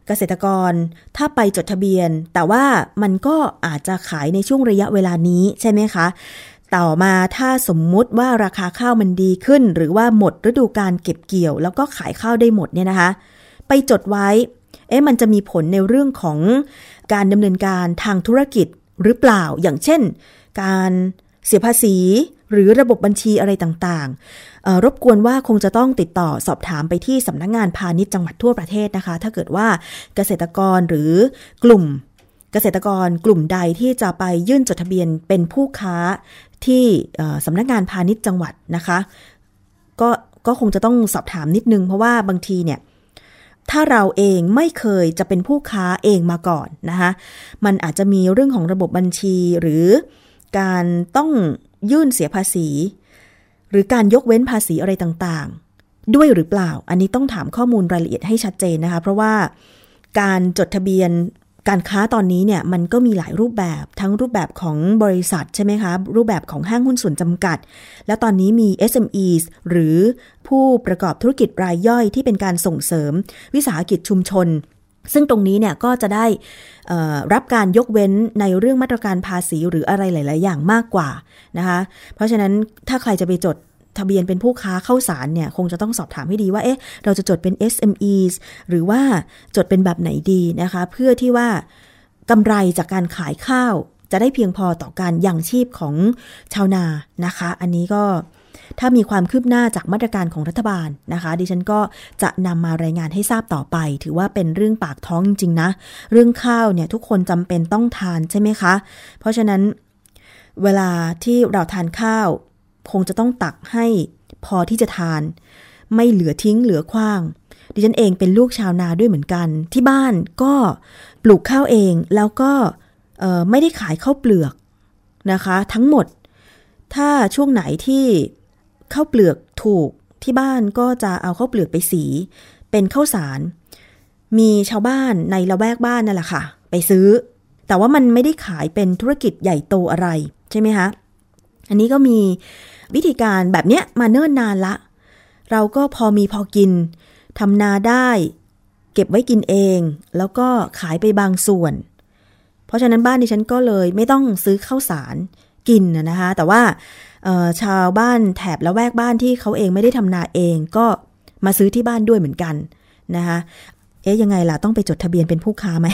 เกษตรกรถ้าไปจดทะเบียนแต่ว่ามันก็อาจจะขายในช่วงระยะเวลานี้ใช่ไหมคะต่อมาถ้าสมมุติว่าราคาข้าวมันดีขึ้นหรือว่าหมดฤดูกาลเก็บเกี่ยวแล้วก็ขายข้าวได้หมดเนี่ยนะคะไปจดไว้มันจะมีผลในเรื่องของการดำเนินการทางธุรกิจหรือเปล่าอย่างเช่นการเสียภาษีหรือระบบบัญชีอะไรต่างๆรบกวนว่าคงจะต้องติดต่อสอบถามไปที่สำนักงานพาณิชย์จังหวัดทั่วประเทศนะคะถ้าเกิดว่าเกษตรกรหรือกลุ่มเกษตรกรกลุ่มใดที่จะไปยื่นจดทะเบียนเป็นผู้ค้าที่สำนักงานพาณิชย์จังหวัดนะคะก็คงจะต้องสอบถามนิดนึงเพราะว่าบางทีเนี่ยถ้าเราเองไม่เคยจะเป็นผู้ค้าเองมาก่อนนะคะมันอาจจะมีเรื่องของระบบบัญชีหรือการต้องยื่นเสียภาษีหรือการยกเว้นภาษีอะไรต่างๆด้วยหรือเปล่าอันนี้ต้องถามข้อมูลรายละเอียดให้ชัดเจนนะคะเพราะว่าการจดทะเบียนการค้าตอนนี้เนี่ยมันก็มีหลายรูปแบบทั้งรูปแบบของบริษัทใช่ไหมคะรูปแบบของห้างหุ้นส่วนจำกัดแล้วตอนนี้มี SMEs หรือผู้ประกอบธุรกิจรายย่อยที่เป็นการส่งเสริมวิสาหกิจชุมชนซึ่งตรงนี้เนี่ยก็จะได้รับการยกเว้นในเรื่องมาตรการภาษีหรืออะไรหลายๆอย่างมากกว่านะคะเพราะฉะนั้นถ้าใครจะไปจดทะเบียนเป็นผู้ค้าข้าวสารเนี่ยคงจะต้องสอบถามให้ดีว่าเราจะจดเป็น SMEs หรือว่าจดเป็นแบบไหนดีนะคะเพื่อที่ว่ากำไรจากการขายข้าวจะได้เพียงพอต่อการยังชีพของชาวนานะคะอันนี้ก็ถ้ามีความคืบหน้าจากมาตรการของรัฐบาลนะคะดิฉันก็จะนำมารายงานให้ทราบต่อไปถือว่าเป็นเรื่องปากท้องจริงๆนะเรื่องข้าวเนี่ยทุกคนจำเป็นต้องทานใช่ไหมคะเพราะฉะนั้นเวลาที่เราทานข้าวคงจะต้องตักให้พอที่จะทานไม่เหลือทิ้งเหลือขว้างดิฉันเองเป็นลูกชาวนาด้วยเหมือนกันที่บ้านก็ปลูกข้าวเองแล้วก็ไม่ได้ขายข้าวเปลือกนะคะทั้งหมดถ้าช่วงไหนที่ข้าวเปลือกถูกที่บ้านก็จะเอาข้าวเปลือกไปสีเป็นข้าวสารมีชาวบ้านในละแวกบ้านนั่นแหละค่ะไปซื้อแต่ว่ามันไม่ได้ขายเป็นธุรกิจใหญ่โตอะไรใช่ไหมคะอันนี้ก็มีวิธีการแบบเนี้ยมาเนิ่นนานละเราก็พอมีพอกินทำนาได้เก็บไว้กินเองแล้วก็ขายไปบางส่วนเพราะฉะนั้นบ้านดิฉันก็เลยไม่ต้องซื้อข้าวสารกินนะคะแต่ว่าชาวบ้านแถบละแวกบ้านที่เขาเองไม่ได้ทำนาเองก็มาซื้อที่บ้านด้วยเหมือนกันนะคะยังไงล่ะต้องไปจดทะเบียนเป็นผู้ค้าไหม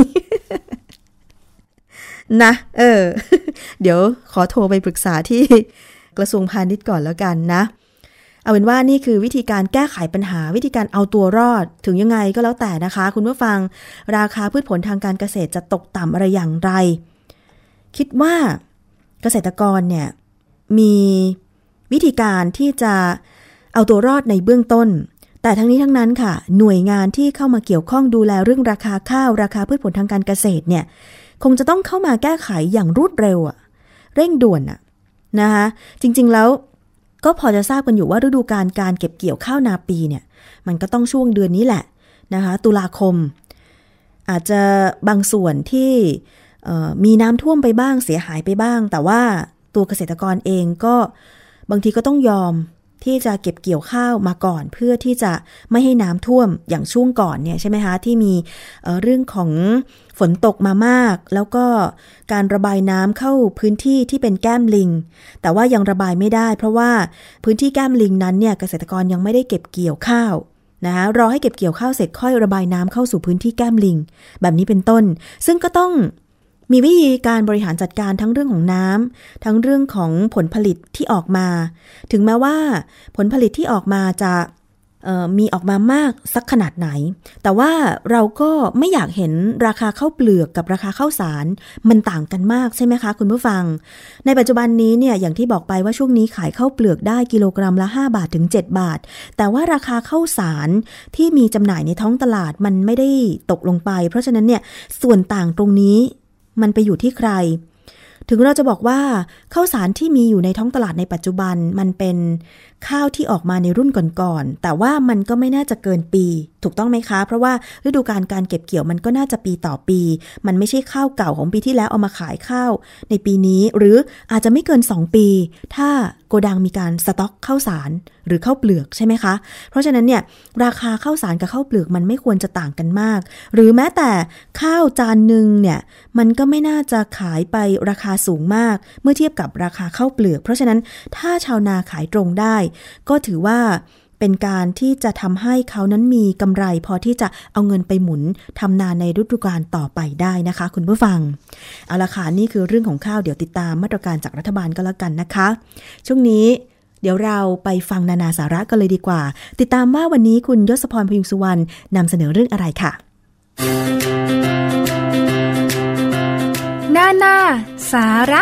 นะเดี๋ยวขอโทรไปปรึกษาที่กระทรวงพาณิชย์ก่อนแล้วกันนะเอาเป็นว่านี่คือวิธีการแก้ไขปัญหาวิธีการเอาตัวรอดถึงยังไงก็แล้วแต่นะคะคุณผู้ฟังราคาพืชผลทางการเกษตรจะตกต่ำอะไรอย่างไรคิดว่าเกษตรกรเนี่ยมีวิธีการที่จะเอาตัวรอดในเบื้องต้นแต่ทั้งนี้ทั้งนั้นค่ะหน่วยงานที่เข้ามาเกี่ยวข้องดูแลเรื่องราคาข้าวราคาพืชผลทางการเกษตรเนี่ยคงจะต้องเข้ามาแก้ไขอย่างรวดเร็วเร่งด่วนนะคะจริงๆแล้วก็พอจะทราบกันอยู่ว่าฤดูกาลการเก็บเกี่ยวข้าวนาปีเนี่ยมันก็ต้องช่วงเดือนนี้แหละนะคะตุลาคมอาจจะบางส่วนที่มีน้ำท่วมไปบ้างเสียหายไปบ้างแต่ว่าตัวเกษตรกรเองก็บางทีก็ต้องยอมที่จะเก็บเกี่ยวข้าวมาก่อนเพื่อที่จะไม่ให้น้ำท่วมอย่างช่วงก่อนเนี่ยใช่ไหมคะที่มีเรื่องของฝนตกมามากแล้วก็การระบายน้ำเข้าพื้นที่ที่เป็นแก้มลิงแต่ว่ายังระบายไม่ได้เพราะว่าพื้นที่แก้มลิงนั้นเนี่ยเกษตรกรยังไม่ได้เก็บเกี่ยวข้าวนะคะรอให้เก็บเกี่ยวข้าวเสร็จค่อยระบายน้ำเข้าสู่พื้นที่แก้มลิงแบบนี้เป็นต้นซึ่งก็ต้องมีวิธีการบริหารจัดการทั้งเรื่องของน้ำทั้งเรื่องของผลผลิตที่ออกมาถึงแม้ว่าผลผลิตที่ออกมาจะมีออกมามากสักขนาดไหนแต่ว่าเราก็ไม่อยากเห็นราคาข้าวเปลือกกับราคาข้าวสารมันต่างกันมากใช่ไหมคะคุณผู้ฟังในปัจจุบันนี้เนี่ยอย่างที่บอกไปว่าช่วงนี้ขายข้าวเปลือกได้กิโลกรัมละ5 บาทถึง7 บาทแต่ว่าราคาข้าวสารที่มีจำหน่ายในท้องตลาดมันไม่ได้ตกลงไปเพราะฉะนั้นเนี่ยส่วนต่างตรงนี้มันไปอยู่ที่ใครถึงเราจะบอกว่าข้าวสารที่มีอยู่ในท้องตลาดในปัจจุบันมันเป็นข้าวที่ออกมาในรุ่นก่อนๆแต่ว่ามันก็ไม่น่าจะเกินปีถูกต้องไหมคะเพราะว่าฤดูกาลการเก็บเกี่ยวมันก็น่าจะปีต่อปีมันไม่ใช่ข้าวเก่าของปีที่แล้วเอามาขายข้าวในปีนี้หรืออาจจะไม่เกิน2 ปีถ้ากดังมีการสต็อกข้าวสารหรือข้าวเปลือกใช่ไหมคะเพราะฉะนั้นเนี่ยราคาข้าวสารกับข้าวเปลือกมันไม่ควรจะต่างกันมากหรือแม้แต่ข้าวจานนึงเนี่ยมันก็ไม่น่าจะขายไปราคาสูงมากเมื่อเทียบกับราคาข้าวเปลือกเพราะฉะนั้นถ้าชาวนาขายตรงได้ก็ถือว่าเป็นการที่จะทำให้เขานั้นมีกำไรพอที่จะเอาเงินไปหมุนทำนาในฤดูกาลต่อไปได้นะคะคุณผู้ฟังเอาละค่ะนี่คือเรื่องของข้าวเดี๋ยวติดตามมาตรการจากรัฐบาลก็แล้วกันนะคะช่วงนี้เดี๋ยวเราไปฟังนานาสาระกันเลยดีกว่าติดตามว่าวันนี้คุณยศพร พยุงสุวรรณนำเสนอเรื่องอะไรค่ะนานาสาระ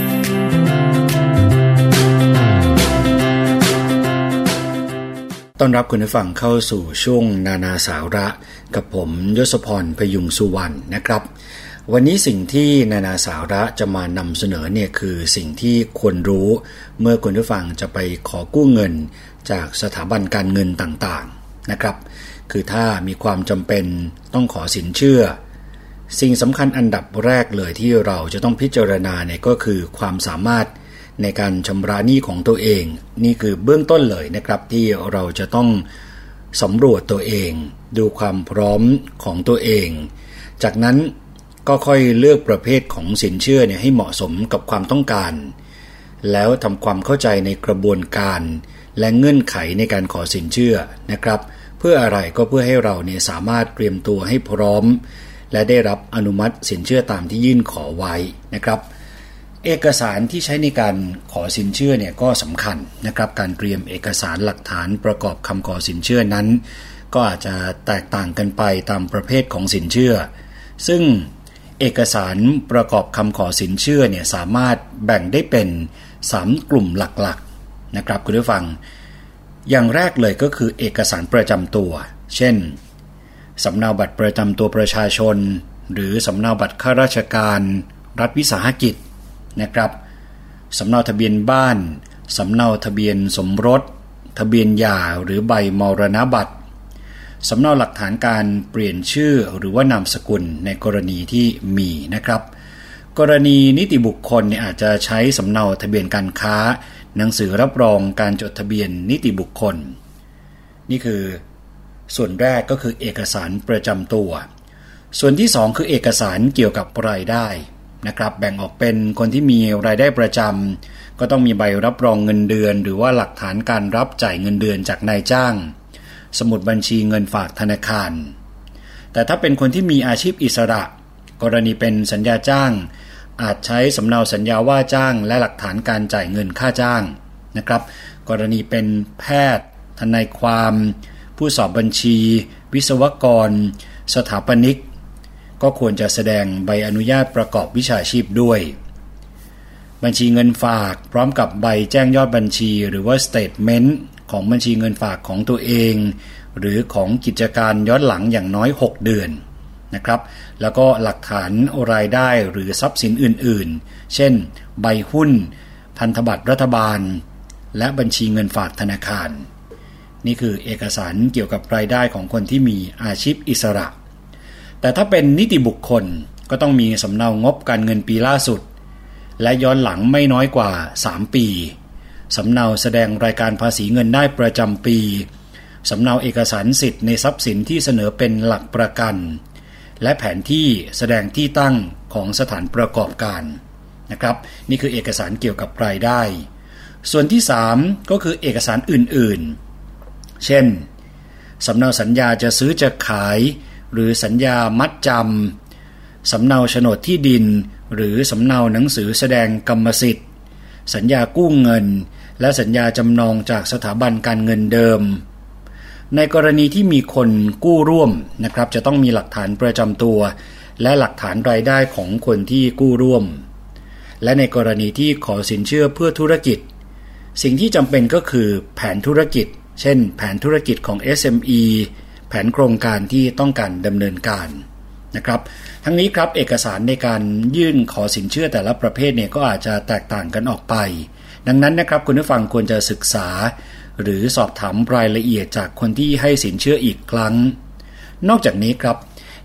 ต้อนรับคุณผู้ฟังเข้าสู่ช่วงนานาสาระกับผมยศพร พยุงสุวรรณนะครับวันนี้สิ่งที่นานาสาระจะมานำเสนอเนี่ยคือสิ่งที่ควรรู้เมื่อคุณผู้ฟังจะไปขอกู้เงินจากสถาบันการเงินต่างๆนะครับคือถ้ามีความจำเป็นต้องขอสินเชื่อสิ่งสำคัญอันดับแรกเลยที่เราจะต้องพิจารณาเนี่ยก็คือความสามารถในการชำระหนี้ของตัวเองนี่คือเบื้องต้นเลยนะครับที่เราจะต้องสำรวจตัวเองดูความพร้อมของตัวเองจากนั้นก็ค่อยเลือกประเภทของสินเชื่อเนี่ยให้เหมาะสมกับความต้องการแล้วทำความเข้าใจในกระบวนการและเงื่อนไขในการขอสินเชื่อนะครับเพื่ออะไรก็เพื่อให้เราเนี่ยสามารถเตรียมตัวให้พร้อมและได้รับอนุมัติสินเชื่อตามที่ยื่นขอไว้นะครับเอกสารที่ใช้ในการขอสินเชื่อเนี่ยก็สำคัญนะครับการเตรียมเอกสารหลักฐานประกอบคำขอสินเชื่อนั้นก็อาจจะแตกต่างกันไปตามประเภทของสินเชื่อซึ่งเอกสารประกอบคำขอสินเชื่อเนี่ยสามารถแบ่งได้เป็น3กลุ่มหลักๆนะครับคุณผู้ฟังอย่างแรกเลยก็คือเอกสารประจำตัวเช่นสำเนาบัตรประจำตัวประชาชนหรือสำเนาบัตรข้าราชการรัฐวิสาหกิจนะครับสำเนาทะเบียนบ้านสำเนาทะเบียนสมรสทะเบียนหย่าหรือใบมรณบัตรสำเนาหลักฐานการเปลี่ยนชื่อหรือว่านามสกุลในกรณีที่มีนะครับกรณีนิติบุคคลเนี่ยอาจจะใช้สำเนาทะเบียนการค้าหนังสือรับรองการจดทะเบียนนิติบุคคลนี่คือส่วนแรกก็คือเอกสารประจำตัวส่วนที่2คือเอกสารเกี่ยวกับรายได้นะครับแบ่งออกเป็นคนที่มีรายได้ประจำก็ต้องมีใบรับรองเงินเดือนหรือว่าหลักฐานการรับจ่ายเงินเดือนจากนายจ้างสมุดบัญชีเงินฝากธนาคารแต่ถ้าเป็นคนที่มีอาชีพอิสระกรณีเป็นสัญญาจ้างอาจใช้สำเนาสัญญาว่าจ้างและหลักฐานการจ่ายเงินค่าจ้างนะครับกรณีเป็นแพทย์ทนายความผู้สอบบัญชีวิศวกรสถาปนิกก็ควรจะแสดงใบอนุญาตประกอบวิชาชีพด้วยบัญชีเงินฝากพร้อมกับใบแจ้งยอดบัญชีหรือว่าสเตทเมนต์ของบัญชีเงินฝากของตัวเองหรือของกิจการย้อนหลังอย่างน้อย6เดือนนะครับแล้วก็หลักฐานรายได้หรือทรัพย์สินอื่นๆเช่นใบหุ้นพันธบัตรรัฐบาลและบัญชีเงินฝากธนาคารนี่คือเอกสารเกี่ยวกับรายได้ของคนที่มีอาชีพอิสระแต่ถ้าเป็นนิติบุคคลก็ต้องมีสำเนางบการเงินปีล่าสุดและย้อนหลังไม่น้อยกว่า3ปีสำเนาแสดงรายการภาษีเงินได้ประจำปีสำเนาเอกสารสิทธิ์ในทรัพย์สินที่เสนอเป็นหลักประกันและแผนที่แสดงที่ตั้งของสถานประกอบการนะครับนี่คือเอกสารเกี่ยวกับรายได้ส่วนที่3ก็คือเอกสารอื่นๆเช่นสำเนาสัญญาจะซื้อจะขายหรือสัญญามัดจำสำเนาโฉนดที่ดินหรือสำเนาหนังสือแสดงกรรมสิทธิ์สัญญากู้เงินและสัญญาจำนองจากสถาบันการเงินเดิมในกรณีที่มีคนกู้ร่วมนะครับจะต้องมีหลักฐานประจำตัวและหลักฐานรายได้ของคนที่กู้ร่วมและในกรณีที่ขอสินเชื่อเพื่อธุรกิจสิ่งที่จำเป็นก็คือแผนธุรกิจเช่นแผนธุรกิจของ SME แผนโครงการที่ต้องการดำเนินการนะครับทั้งนี้ครับเอกสารในการยื่นขอสินเชื่อแต่ละประเภทเนี่ยก็อาจจะแตกต่างกันออกไปดังนั้นนะครับคุณผู้ฟังควรจะศึกษาหรือสอบถามรายละเอียดจากคนที่ให้สินเชื่ออีกครั้งนอกจากนี้ครับ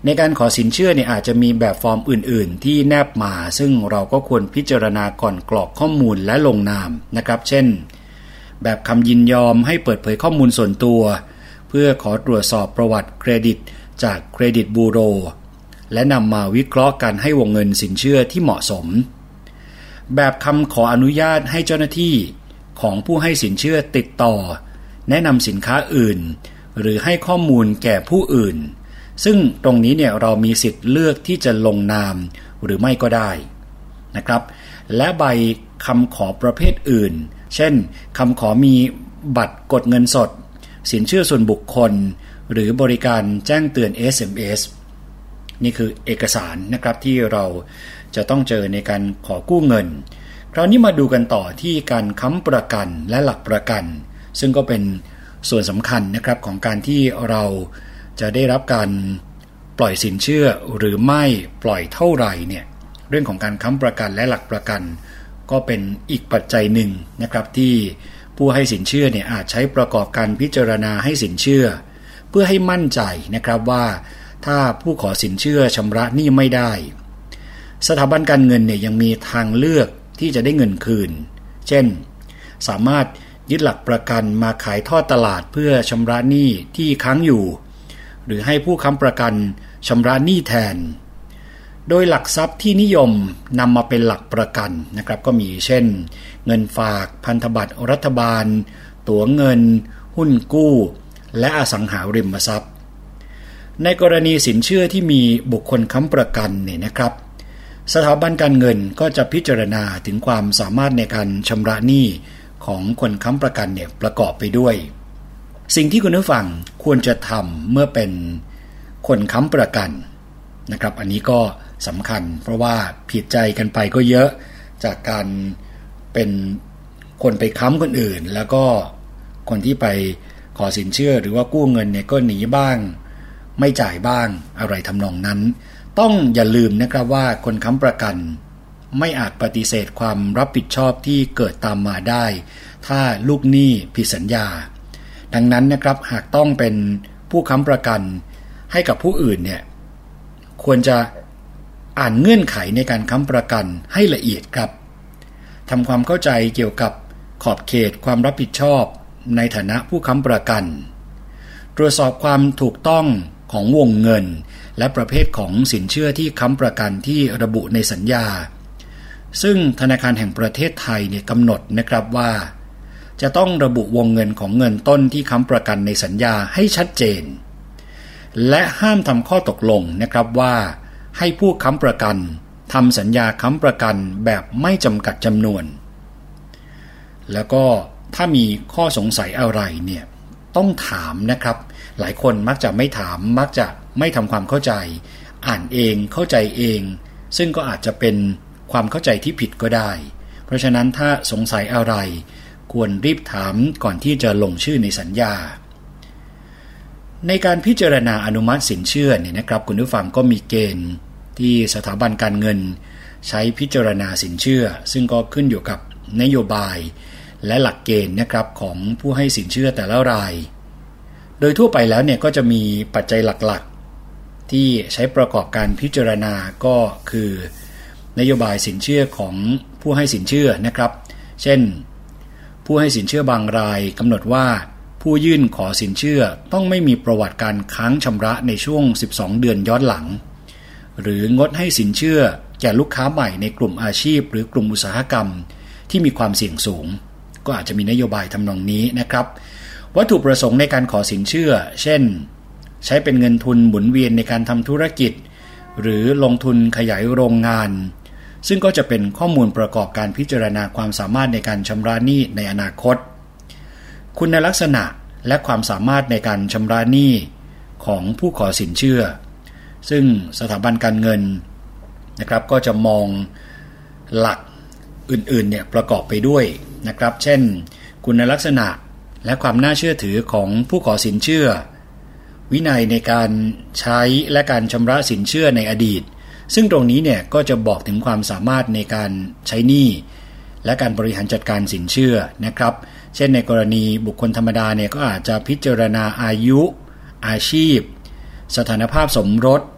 ในการขอสินเชื่อเนี่ยอาจจะมีแบบฟอร์มอื่นๆที่แนบมาซึ่งเราก็ควรพิจารณาก่อนกรอกข้อมูลและลงนามนะครับเช่นแบบคำยินยอมให้เปิดเผยข้อมูลส่วนตัวเพื่อขอตรวจสอบประวัติเครดิตจากเครดิตบูโรและนำมาวิเคราะห์การให้วงเงินสินเชื่อที่เหมาะสมแบบคำขออนุญาตให้เจ้าหน้าที่ของผู้ให้สินเชื่อติดต่อแนะนำสินค้าอื่นหรือให้ข้อมูลแก่ผู้อื่นซึ่งตรงนี้เนี่ยเรามีสิทธิ์เลือกที่จะลงนามหรือไม่ก็ได้นะครับและใบคำขอประเภทอื่นเช่นคำขอมีบัตรกดเงินสดสินเชื่อส่วนบุคคลหรือบริการแจ้งเตือน SMS นี่คือเอกสารนะครับที่เราจะต้องเจอในการขอกู้เงินคราวนี้มาดูกันต่อที่การค้ำประกันและหลักประกันซึ่งก็เป็นส่วนสำคัญนะครับของการที่เราจะได้รับการปล่อยสินเชื่อหรือไม่ปล่อยเท่าไหร่เนี่ยเรื่องของการค้ำประกันและหลักประกันก็เป็นอีกปัจจัยหนึ่งนะครับที่ผู้ให้สินเชื่อเนี่ยอาจใช้ประกอบการพิจารณาให้สินเชื่อเพื่อให้มั่นใจนะครับว่าถ้าผู้ขอสินเชื่อชำระหนี้ไม่ได้สถาบันการเงินเนี่ยยังมีทางเลือกที่จะได้เงินคืนเช่นสามารถยึดหลักประกันมาขายทอดตลาดเพื่อชำระหนี้ที่ค้างอยู่หรือให้ผู้ค้ำประกันชำระหนี้แทนโดยหลักทรัพย์ที่นิยมนำมาเป็นหลักประกันนะครับก็มีเช่นเงินฝากพันธบัตรรัฐบาลตั๋วเงินหุ้นกู้และอสังหาริมทรัพย์ในกรณีสินเชื่อที่มีบุคคลค้ำประกันเนี่ยนะครับสถาบันการเงินก็จะพิจารณาถึงความสามารถในการชำระหนี้ของคนค้ำประกันเนี่ยประกอบไปด้วยสิ่งที่คุณผู้ฟังควรจะทำเมื่อเป็นคนค้ำประกันนะครับอันนี้ก็สำคัญเพราะว่าผิดใจกันไปก็เยอะจากการเป็นคนไปค้ำคนอื่นแล้วก็คนที่ไปขอสินเชื่อหรือว่ากู้เงินเนี่ยก็หนีบ้างไม่จ่ายบ้างอะไรทำนองนั้นต้องอย่าลืมนะครับว่าคนค้ำประกันไม่อาจปฏิเสธความรับผิดชอบที่เกิดตามมาได้ถ้าลูกหนี้ผิดสัญญาดังนั้นนะครับหากต้องเป็นผู้ค้ำประกันให้กับผู้อื่นเนี่ยควรจะอ่านเงื่อนไขในการค้ำประกันให้ละเอียดครับทำความเข้าใจเกี่ยวกับขอบเขตความรับผิดชอบในฐานะผู้ค้ำประกันตรวจสอบความถูกต้องของวงเงินและประเภทของสินเชื่อที่ค้ำประกันที่ระบุในสัญญาซึ่งธนาคารแห่งประเทศไทยเนี่ยกำหนดนะครับว่าจะต้องระบุวงเงินของเงินต้นที่ค้ำประกันในสัญญาให้ชัดเจนและห้ามทำข้อตกลงนะครับว่าให้ผู้ค้ำประกันทำสัญญาค้ำประกันแบบไม่จำกัดจำนวนแล้วก็ถ้ามีข้อสงสัยอะไรเนี่ยต้องถามนะครับหลายคนมักจะไม่ถามมักจะไม่ทำความเข้าใจอ่านเองเข้าใจเองซึ่งก็อาจจะเป็นความเข้าใจที่ผิดก็ได้เพราะฉะนั้นถ้าสงสัยอะไรควรรีบถามก่อนที่จะลงชื่อในสัญญาในการพิจารณาอนุมัติสินเชื่อเนี่ยนะครับคุณผู้ฟังก็มีเกณฑ์ที่สถาบันการเงินใช้พิจารณาสินเชื่อซึ่งก็ขึ้นอยู่กับนโยบายและหลักเกณฑ์นะครับของผู้ให้สินเชื่อแต่ละรายโดยทั่วไปแล้วเนี่ยก็จะมีปัจจัยหลักๆที่ใช้ประกอบการพิจารณาก็คือนโยบายสินเชื่อของผู้ให้สินเชื่อนะครับเช่นผู้ให้สินเชื่อบางรายกำหนดว่าผู้ยื่นขอสินเชื่อต้องไม่มีประวัติการค้างชำระในช่วง12เดือนย้อนหลังหรืองดให้สินเชื่อแก่ลูกค้าใหม่ในกลุ่มอาชีพหรือกลุ่มอุตสาหกรรมที่มีความเสี่ยงสูงก็อาจจะมีนโยบายทำนองนี้นะครับวัตถุประสงค์ในการขอสินเชื่อเช่นใช้เป็นเงินทุนหมุนเวียนในการทำธุรกิจหรือลงทุนขยายโรงงานซึ่งก็จะเป็นข้อมูลประกอบการพิจารณาความสามารถในการชำระหนี้ในอนาคตคุณลักษณะและความสามารถในการชำระหนี้ของผู้ขอสินเชื่อซึ่งสถาบันการเงินนะครับก็จะมองหลักอื่นๆเนี่ยประกอบไปด้วยนะครับเช่นคุณลักษณะและความน่าเชื่อถือของผู้ขอสินเชื่อวินัยในการใช้และการชำระสินเชื่อในอดีตซึ่งตรงนี้เนี่ยก็จะบอกถึงความสามารถในการใช้หนี้และการบริหารจัดการสินเชื่อนะครับเช่นในกรณีบุคคลธรรมดาเนี่ยก็อาจจะพิจารณาอายุอาชีพสถานภาพสมรส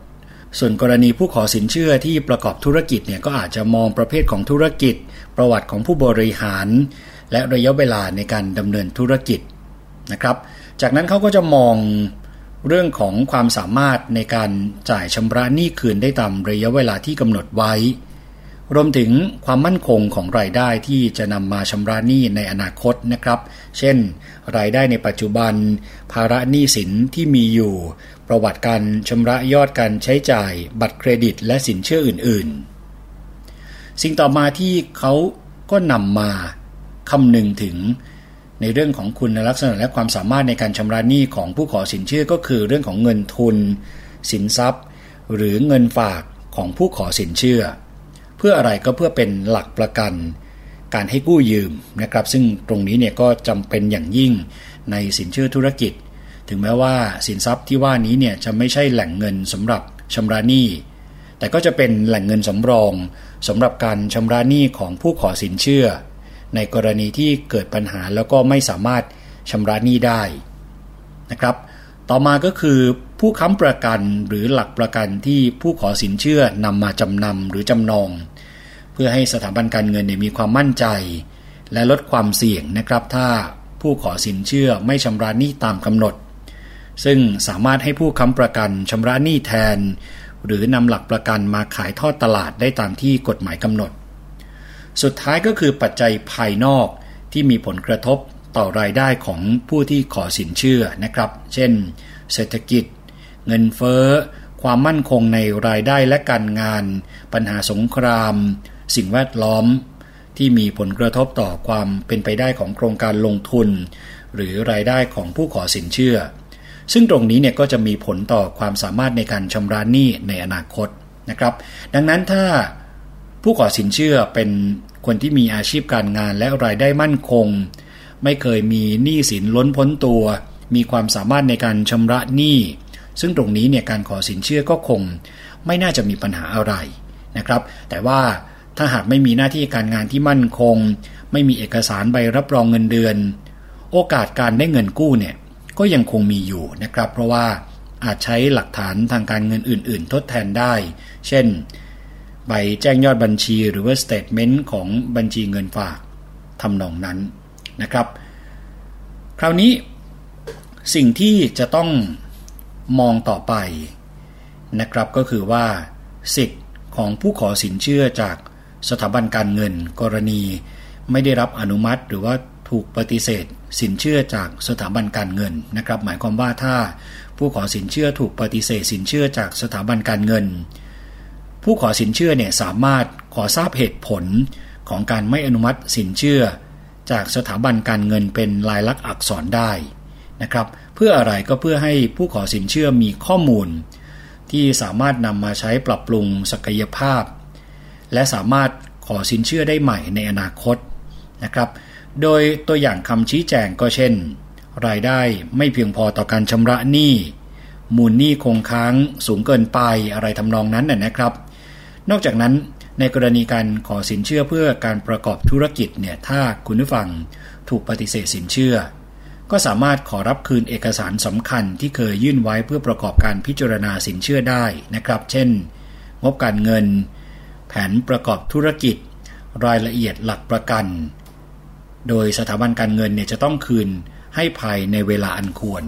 ส่วนกรณีผู้ขอสินเชื่อที่ประกอบธุรกิจเนี่ยก็อาจจะมองประเภทของธุรกิจประวัติของผู้บริหารและระยะเวลาในการดำเนินธุรกิจนะครับจากนั้นเขาก็จะมองเรื่องของความสามารถในการจ่ายชำระหนี้คืนได้ตามระยะเวลาที่กำหนดไว้รวมถึงความมั่นคงของรายได้ที่จะนำมาชำระหนี้ในอนาคตนะครับเช่นรายได้ในปัจจุบันภาระหนี้สินที่มีอยู่ประวัติการชำระยอดการใช้จ่ายบัตรเครดิตและสินเชื่ออื่นๆสิ่งต่อมาที่เขาก็นำมาคำนึงถึงในเรื่องของคุณลักษณะและความสามารถในการชำระหนี้ของผู้ขอสินเชื่อก็คือเรื่องของเงินทุนสินทรัพย์หรือเงินฝากของผู้ขอสินเชื่อเพื่ออะไรก็เพื่อเป็นหลักประกันการให้กู้ยืมนะครับซึ่งตรงนี้เนี่ยก็จำเป็นอย่างยิ่งในสินเชื่อธุรกิจถึงแม้ว่าสินทรัพย์ที่ว่านี้เนี่ยจะไม่ใช่แหล่งเงินสำหรับชำระหนี้แต่ก็จะเป็นแหล่งเงินสำรองสำหรับการชำระหนี้ของผู้ขอสินเชื่อในกรณีที่เกิดปัญหาแล้วก็ไม่สามารถชำระหนี้ได้นะครับต่อมาก็คือผู้ค้ำประกันหรือหลักประกันที่ผู้ขอสินเชื่อนำมาจำนำหรือจำนองเพื่อให้สถาบันการเงินมีความมั่นใจและลดความเสี่ยงนะครับถ้าผู้ขอสินเชื่อไม่ชำระหนี้ตามกำหนดซึ่งสามารถให้ผู้ค้ำประกันชำระหนี้แทนหรือนำหลักประกันมาขายทอดตลาดได้ตามที่กฎหมายกำหนดสุดท้ายก็คือปัจจัยภายนอกที่มีผลกระทบต่อรายได้ของผู้ที่ขอสินเชื่อนะครับเช่นเศรษฐกิจเงินเฟ้อความมั่นคงในรายได้และการงานปัญหาสงครามสิ่งแวดล้อมที่มีผลกระทบต่อความเป็นไปได้ของโครงการลงทุนหรือรายได้ของผู้ขอสินเชื่อซึ่งตรงนี้เนี่ยก็จะมีผลต่อความสามารถในการชำระหนี้ในอนาคตนะครับดังนั้นถ้าผู้ขอสินเชื่อเป็นคนที่มีอาชีพการงานและรายได้มั่นคงไม่เคยมีหนี้สินล้นพ้นตัวมีความสามารถในการชำระหนี้ซึ่งตรงนี้เนี่ยการขอสินเชื่อก็คงไม่น่าจะมีปัญหาอะไรนะครับแต่ว่าถ้าหากไม่มีหน้าที่การงานที่มั่นคงไม่มีเอกสารใบรับรองเงินเดือนโอกาสการได้เงินกู้เนี่ยก็ยังคงมีอยู่นะครับเพราะว่าอาจใช้หลักฐานทางการเงินอื่นๆทดแทนได้เช่นใบแจ้งยอดบัญชีหรือว่า statement ของบัญชีเงินฝากทำนองนั้นนะครับคราวนี้สิ่งที่จะต้องมองต่อไปนะครับก็คือว่าสิทธิ์ของผู้ขอสินเชื่อจากสถาบันการเงินกรณีไม่ได้รับอนุมัติหรือว่าถูกปฏิเสธสินเชื่อจากสถาบันการเงินนะครับหมายความว่าถ้าผู้ขอสินเชื่อถูกปฏิเสธสินเชื่อจากสถาบันการเงินผู้ขอสินเชื่อเนี่ยสามารถขอทราบเหตุผลของการไม่อนุมัติสินเชื่อจากสถาบันการเงินเป็นลายลักษณ์อักษรได้นะครับเพื่ออะไรก็เพื่อให้ผู้ขอสินเชื่อมีข้อมูลที่สามารถนำมาใช้ปรับปรุงศักยภาพและสามารถขอสินเชื่อได้ใหม่ในอนาคตนะครับโดยตัวอย่างคำชี้แจงก็เช่นรายได้ไม่เพียงพอต่อการชำระหนี้มูลหนี้คงค้างสูงเกินไปอะไรทำนองนั้นนะครับนอกจากนั้นในกรณีการขอสินเชื่อเพื่อการประกอบธุรกิจเนี่ยถ้าคุณผู้ฟังถูกปฏิเสธสินเชื่อก็สามารถขอรับคืนเอกสารสำคัญที่เคยยื่นไว้เพื่อประกอบการพิจารณาสินเชื่อได้นะครับเช่นงบการเงินแผนประกอบธุรกิจรายละเอียดหลักประกันโดยสถาบันการเงินเนี่ยจะต้องคืนให้ภายในเวลาอันควร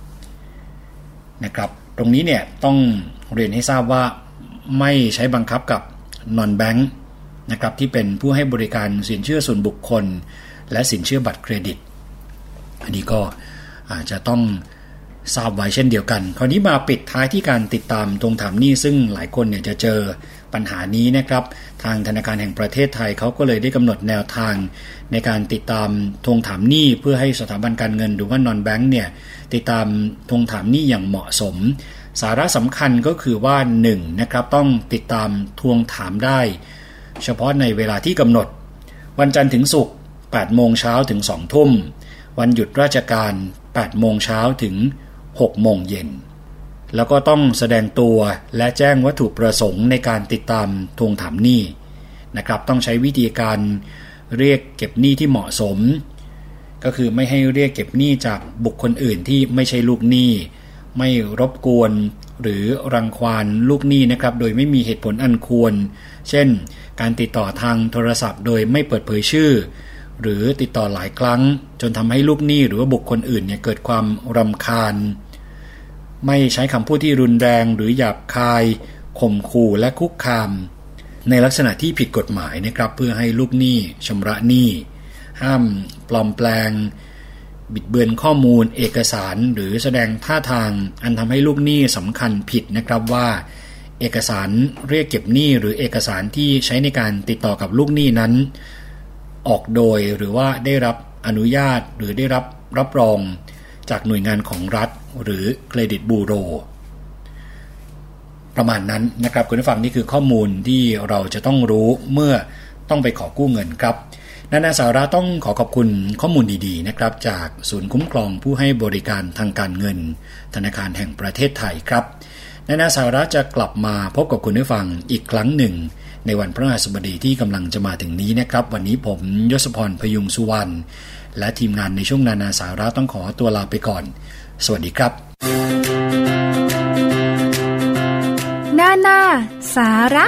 นะครับตรงนี้เนี่ยต้องเรียนให้ทราบว่าไม่ใช้บังคับกับnon bank นะครับที่เป็นผู้ให้บริการสินเชื่อส่วนบุคคลและสินเชื่อบัตรเครดิตอันนี้ก็อาจจะต้องทราบไว้เช่นเดียวกันคราวนี้มาปิดท้ายที่การติดตามทวงถามหนี้ซึ่งหลายคนเนี่ยจะเจอปัญหานี้นะครับทางธนาคารแห่งประเทศไทยเขาก็เลยได้กำหนดแนวทางในการติดตามทวงถามหนี้เพื่อให้สถาบันการเงินหรือว่าnon bankเนี่ยติดตามทวงถามหนี้อย่างเหมาะสมสาระสำคัญก็คือว่า1นะครับต้องติดตามทวงถามได้เฉพาะในเวลาที่กำหนดวันจันทร์ถึงศุกร์ 8 โมงเช้าถึง 2 ทุ่มวันหยุดราชการ 8 โมงเช้าถึง 6 โมงเย็นแล้วก็ต้องแสดงตัวและแจ้งวัตถุประสงค์ในการติดตามทวงถามหนี้นะครับต้องใช้วิธีการเรียกเก็บหนี้ที่เหมาะสมก็คือไม่ให้เรียกเก็บหนี้จากบุคคลอื่นที่ไม่ใช่ลูกหนี้ไม่รบกวนหรือรังควานลูกหนี้นะครับโดยไม่มีเหตุผลอันควรเช่นการติดต่อทางโทรศัพท์โดยไม่เปิดเผยชื่อหรือติดต่อหลายครั้งจนทำให้ลูกหนี้หรือว่าบุคคลอื่นเนี่ยเกิดความรำคาญไม่ใช้คำพูดที่รุนแรงหรือหยาบคายข่มขู่และคุกคามในลักษณะที่ผิดกฎหมายนะครับเพื่อให้ลูกหนี้ชำระหนี้ห้ามปลอมแปลงบิดเบือนข้อมูลเอกสารหรือแสดงท่าทางอันทำให้ลูกหนี้สำคัญผิดนะครับว่าเอกสารเรียกเก็บหนี้หรือเอกสารที่ใช้ในการติดต่อกับลูกหนี้นั้นออกโดยหรือว่าได้รับอนุญาตหรือได้รับรองจากหน่วยงานของรัฐหรือเครดิตบูโรประมาณนั้นนะครับคุณผู้ฟังนี่คือข้อมูลที่เราจะต้องรู้เมื่อต้องไปขอกู้เงินครับนานาสาระต้องขอขอบคุณข้อมูลดีๆนะครับจากศูนย์คุ้มครองผู้ให้บริการทางการเงินธนาคารแห่งประเทศไทยครับนานาสาระจะกลับมาพบกับคุณผู้ฟังอีกครั้งหนึ่งในวันพฤหัสบดีที่กำลังจะมาถึงนี้นะครับวันนี้ผมยศพรพยุงสุวรรณและทีมงานในช่วงนานาสาระต้องขอตัวลาไปก่อนสวัสดีครับนานาสาระ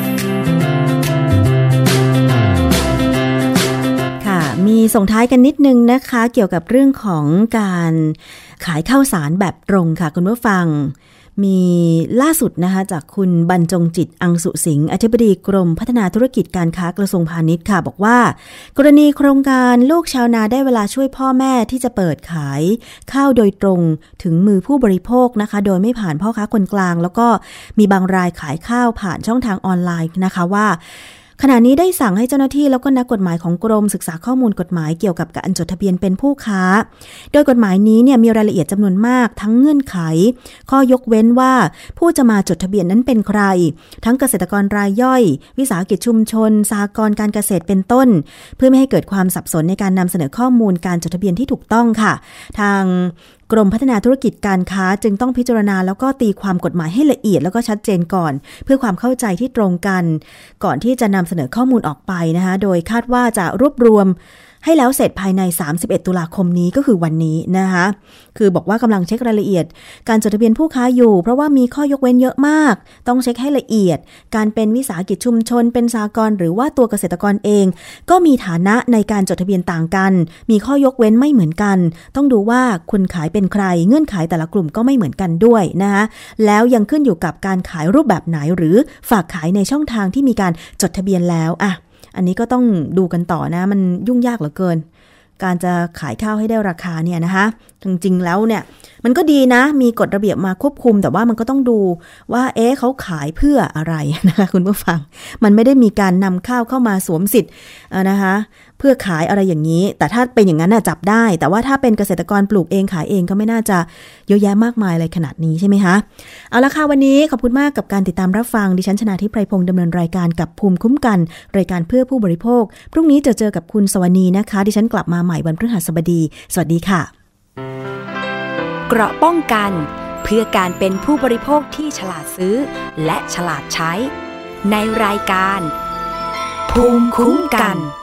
ค่ะมีส่งท้ายกันนิดนึงนะคะเกี่ยวกับเรื่องของการขายข้าวสารแบบตรงค่ะคุณผู้ฟังมีล่าสุดนะคะจากคุณบรรจงจิตอังสุสิงห์อธิบดีกรมพัฒนาธุรกิจการค้ากระทรวงพาณิชย์ค่ะบอกว่ากรณีโครงการลูกชาวนาได้เวลาช่วยพ่อแม่ที่จะเปิดขายข้าวโดยตรงถึงมือผู้บริโภคนะคะโดยไม่ผ่านพ่อค้าคนกลางแล้วก็มีบางรายขายข้าวผ่านช่องทางออนไลน์นะคะว่าขณะนี้ได้สั่งให้เจ้าหน้าที่แล้วก็นักกฎหมายของกรมศึกษาข้อมูลกฎหมายเกี่ยวกับการจดทะเบียนเป็นผู้ค้าโดยกฎหมายนี้เนี่ยมีรายละเอียดจำนวนมากทั้งเงื่อนไขข้อยกเว้นว่าผู้จะมาจดทะเบียนนั้นเป็นใครทั้งเกษตรกรรายย่อยวิสาหกิจชุมชนสหกรณ์การเกษตรเป็นต้นเพื่อไม่ให้เกิดความสับสนในการนำเสนอข้อมูลการจดทะเบียนที่ถูกต้องค่ะทางกรมพัฒนาธุรกิจการค้าจึงต้องพิจารณาแล้วก็ตีความกฎหมายให้ละเอียดแล้วก็ชัดเจนก่อนเพื่อความเข้าใจที่ตรงกันก่อนที่จะนำเสนอข้อมูลออกไปนะคะโดยคาดว่าจะรวบรวมให้แล้วเสร็จภายใน31ตุลาคมนี้ก็คือวันนี้นะคะคือบอกว่ากำลังเช็ครายละเอียดการจดทะเบียนผู้ค้าอยู่เพราะว่ามีข้อยกเว้นเยอะมากต้องเช็คให้ละเอียดการเป็นวิสาหกิจชุมชนเป็นสหกรณ์หรือว่าตัวเกษตรกรเองก็มีฐานะในการจดทะเบียนต่างกันมีข้อยกเว้นไม่เหมือนกันต้องดูว่าคุณขายเป็นใครเงื่อนไขแต่ละกลุ่มก็ไม่เหมือนกันด้วยนะคะแล้วยังขึ้นอยู่กับการขายรูปแบบไหนหรือฝากขายในช่องทางที่มีการจดทะเบียนแล้วอันนี้ก็ต้องดูกันต่อนะมันยุ่งยากเหลือเกินการจะขายข้าวให้ได้ราคาเนี่ยนะคะจริงๆแล้วเนี่ยมันก็ดีนะมีกฎระเบียบมาควบคุมแต่ว่ามันก็ต้องดูว่าเขาขายเพื่ออะไรนะคะคุณผู้ฟังมันไม่ได้มีการนำข้าวเข้ามาสวมสิทธิ์นะคะเพื่อขายอะไรอย่างนี้แต่ถ้าเป็นอย่างนั้นจับได้แต่ว่าถ้าเป็นเกษตรกรปลูกเองขายเองก็ไม่น่าจะเยอะแยะมากมายอะไรขนาดนี้ใช่ไหมคะเอาละค่ะวันนี้ขอบคุณมากกับการติดตามรับฟังดิฉันชนาธิป ไพรพงษ์ดำเนินรายการกับภูมิคุ้มกันรายการเพื่อผู้บริโภคพรุ่งนี้เจอกับคุณสวนีนะคะดิฉันกลับมาใหม่วันพฤหัสบดีสวัสดีค่ะเกราะป้องกันเพื่อการเป็นผู้บริโภคที่ฉลาดซื้อและฉลาดใช้ในรายการภูมิคุ้มกัน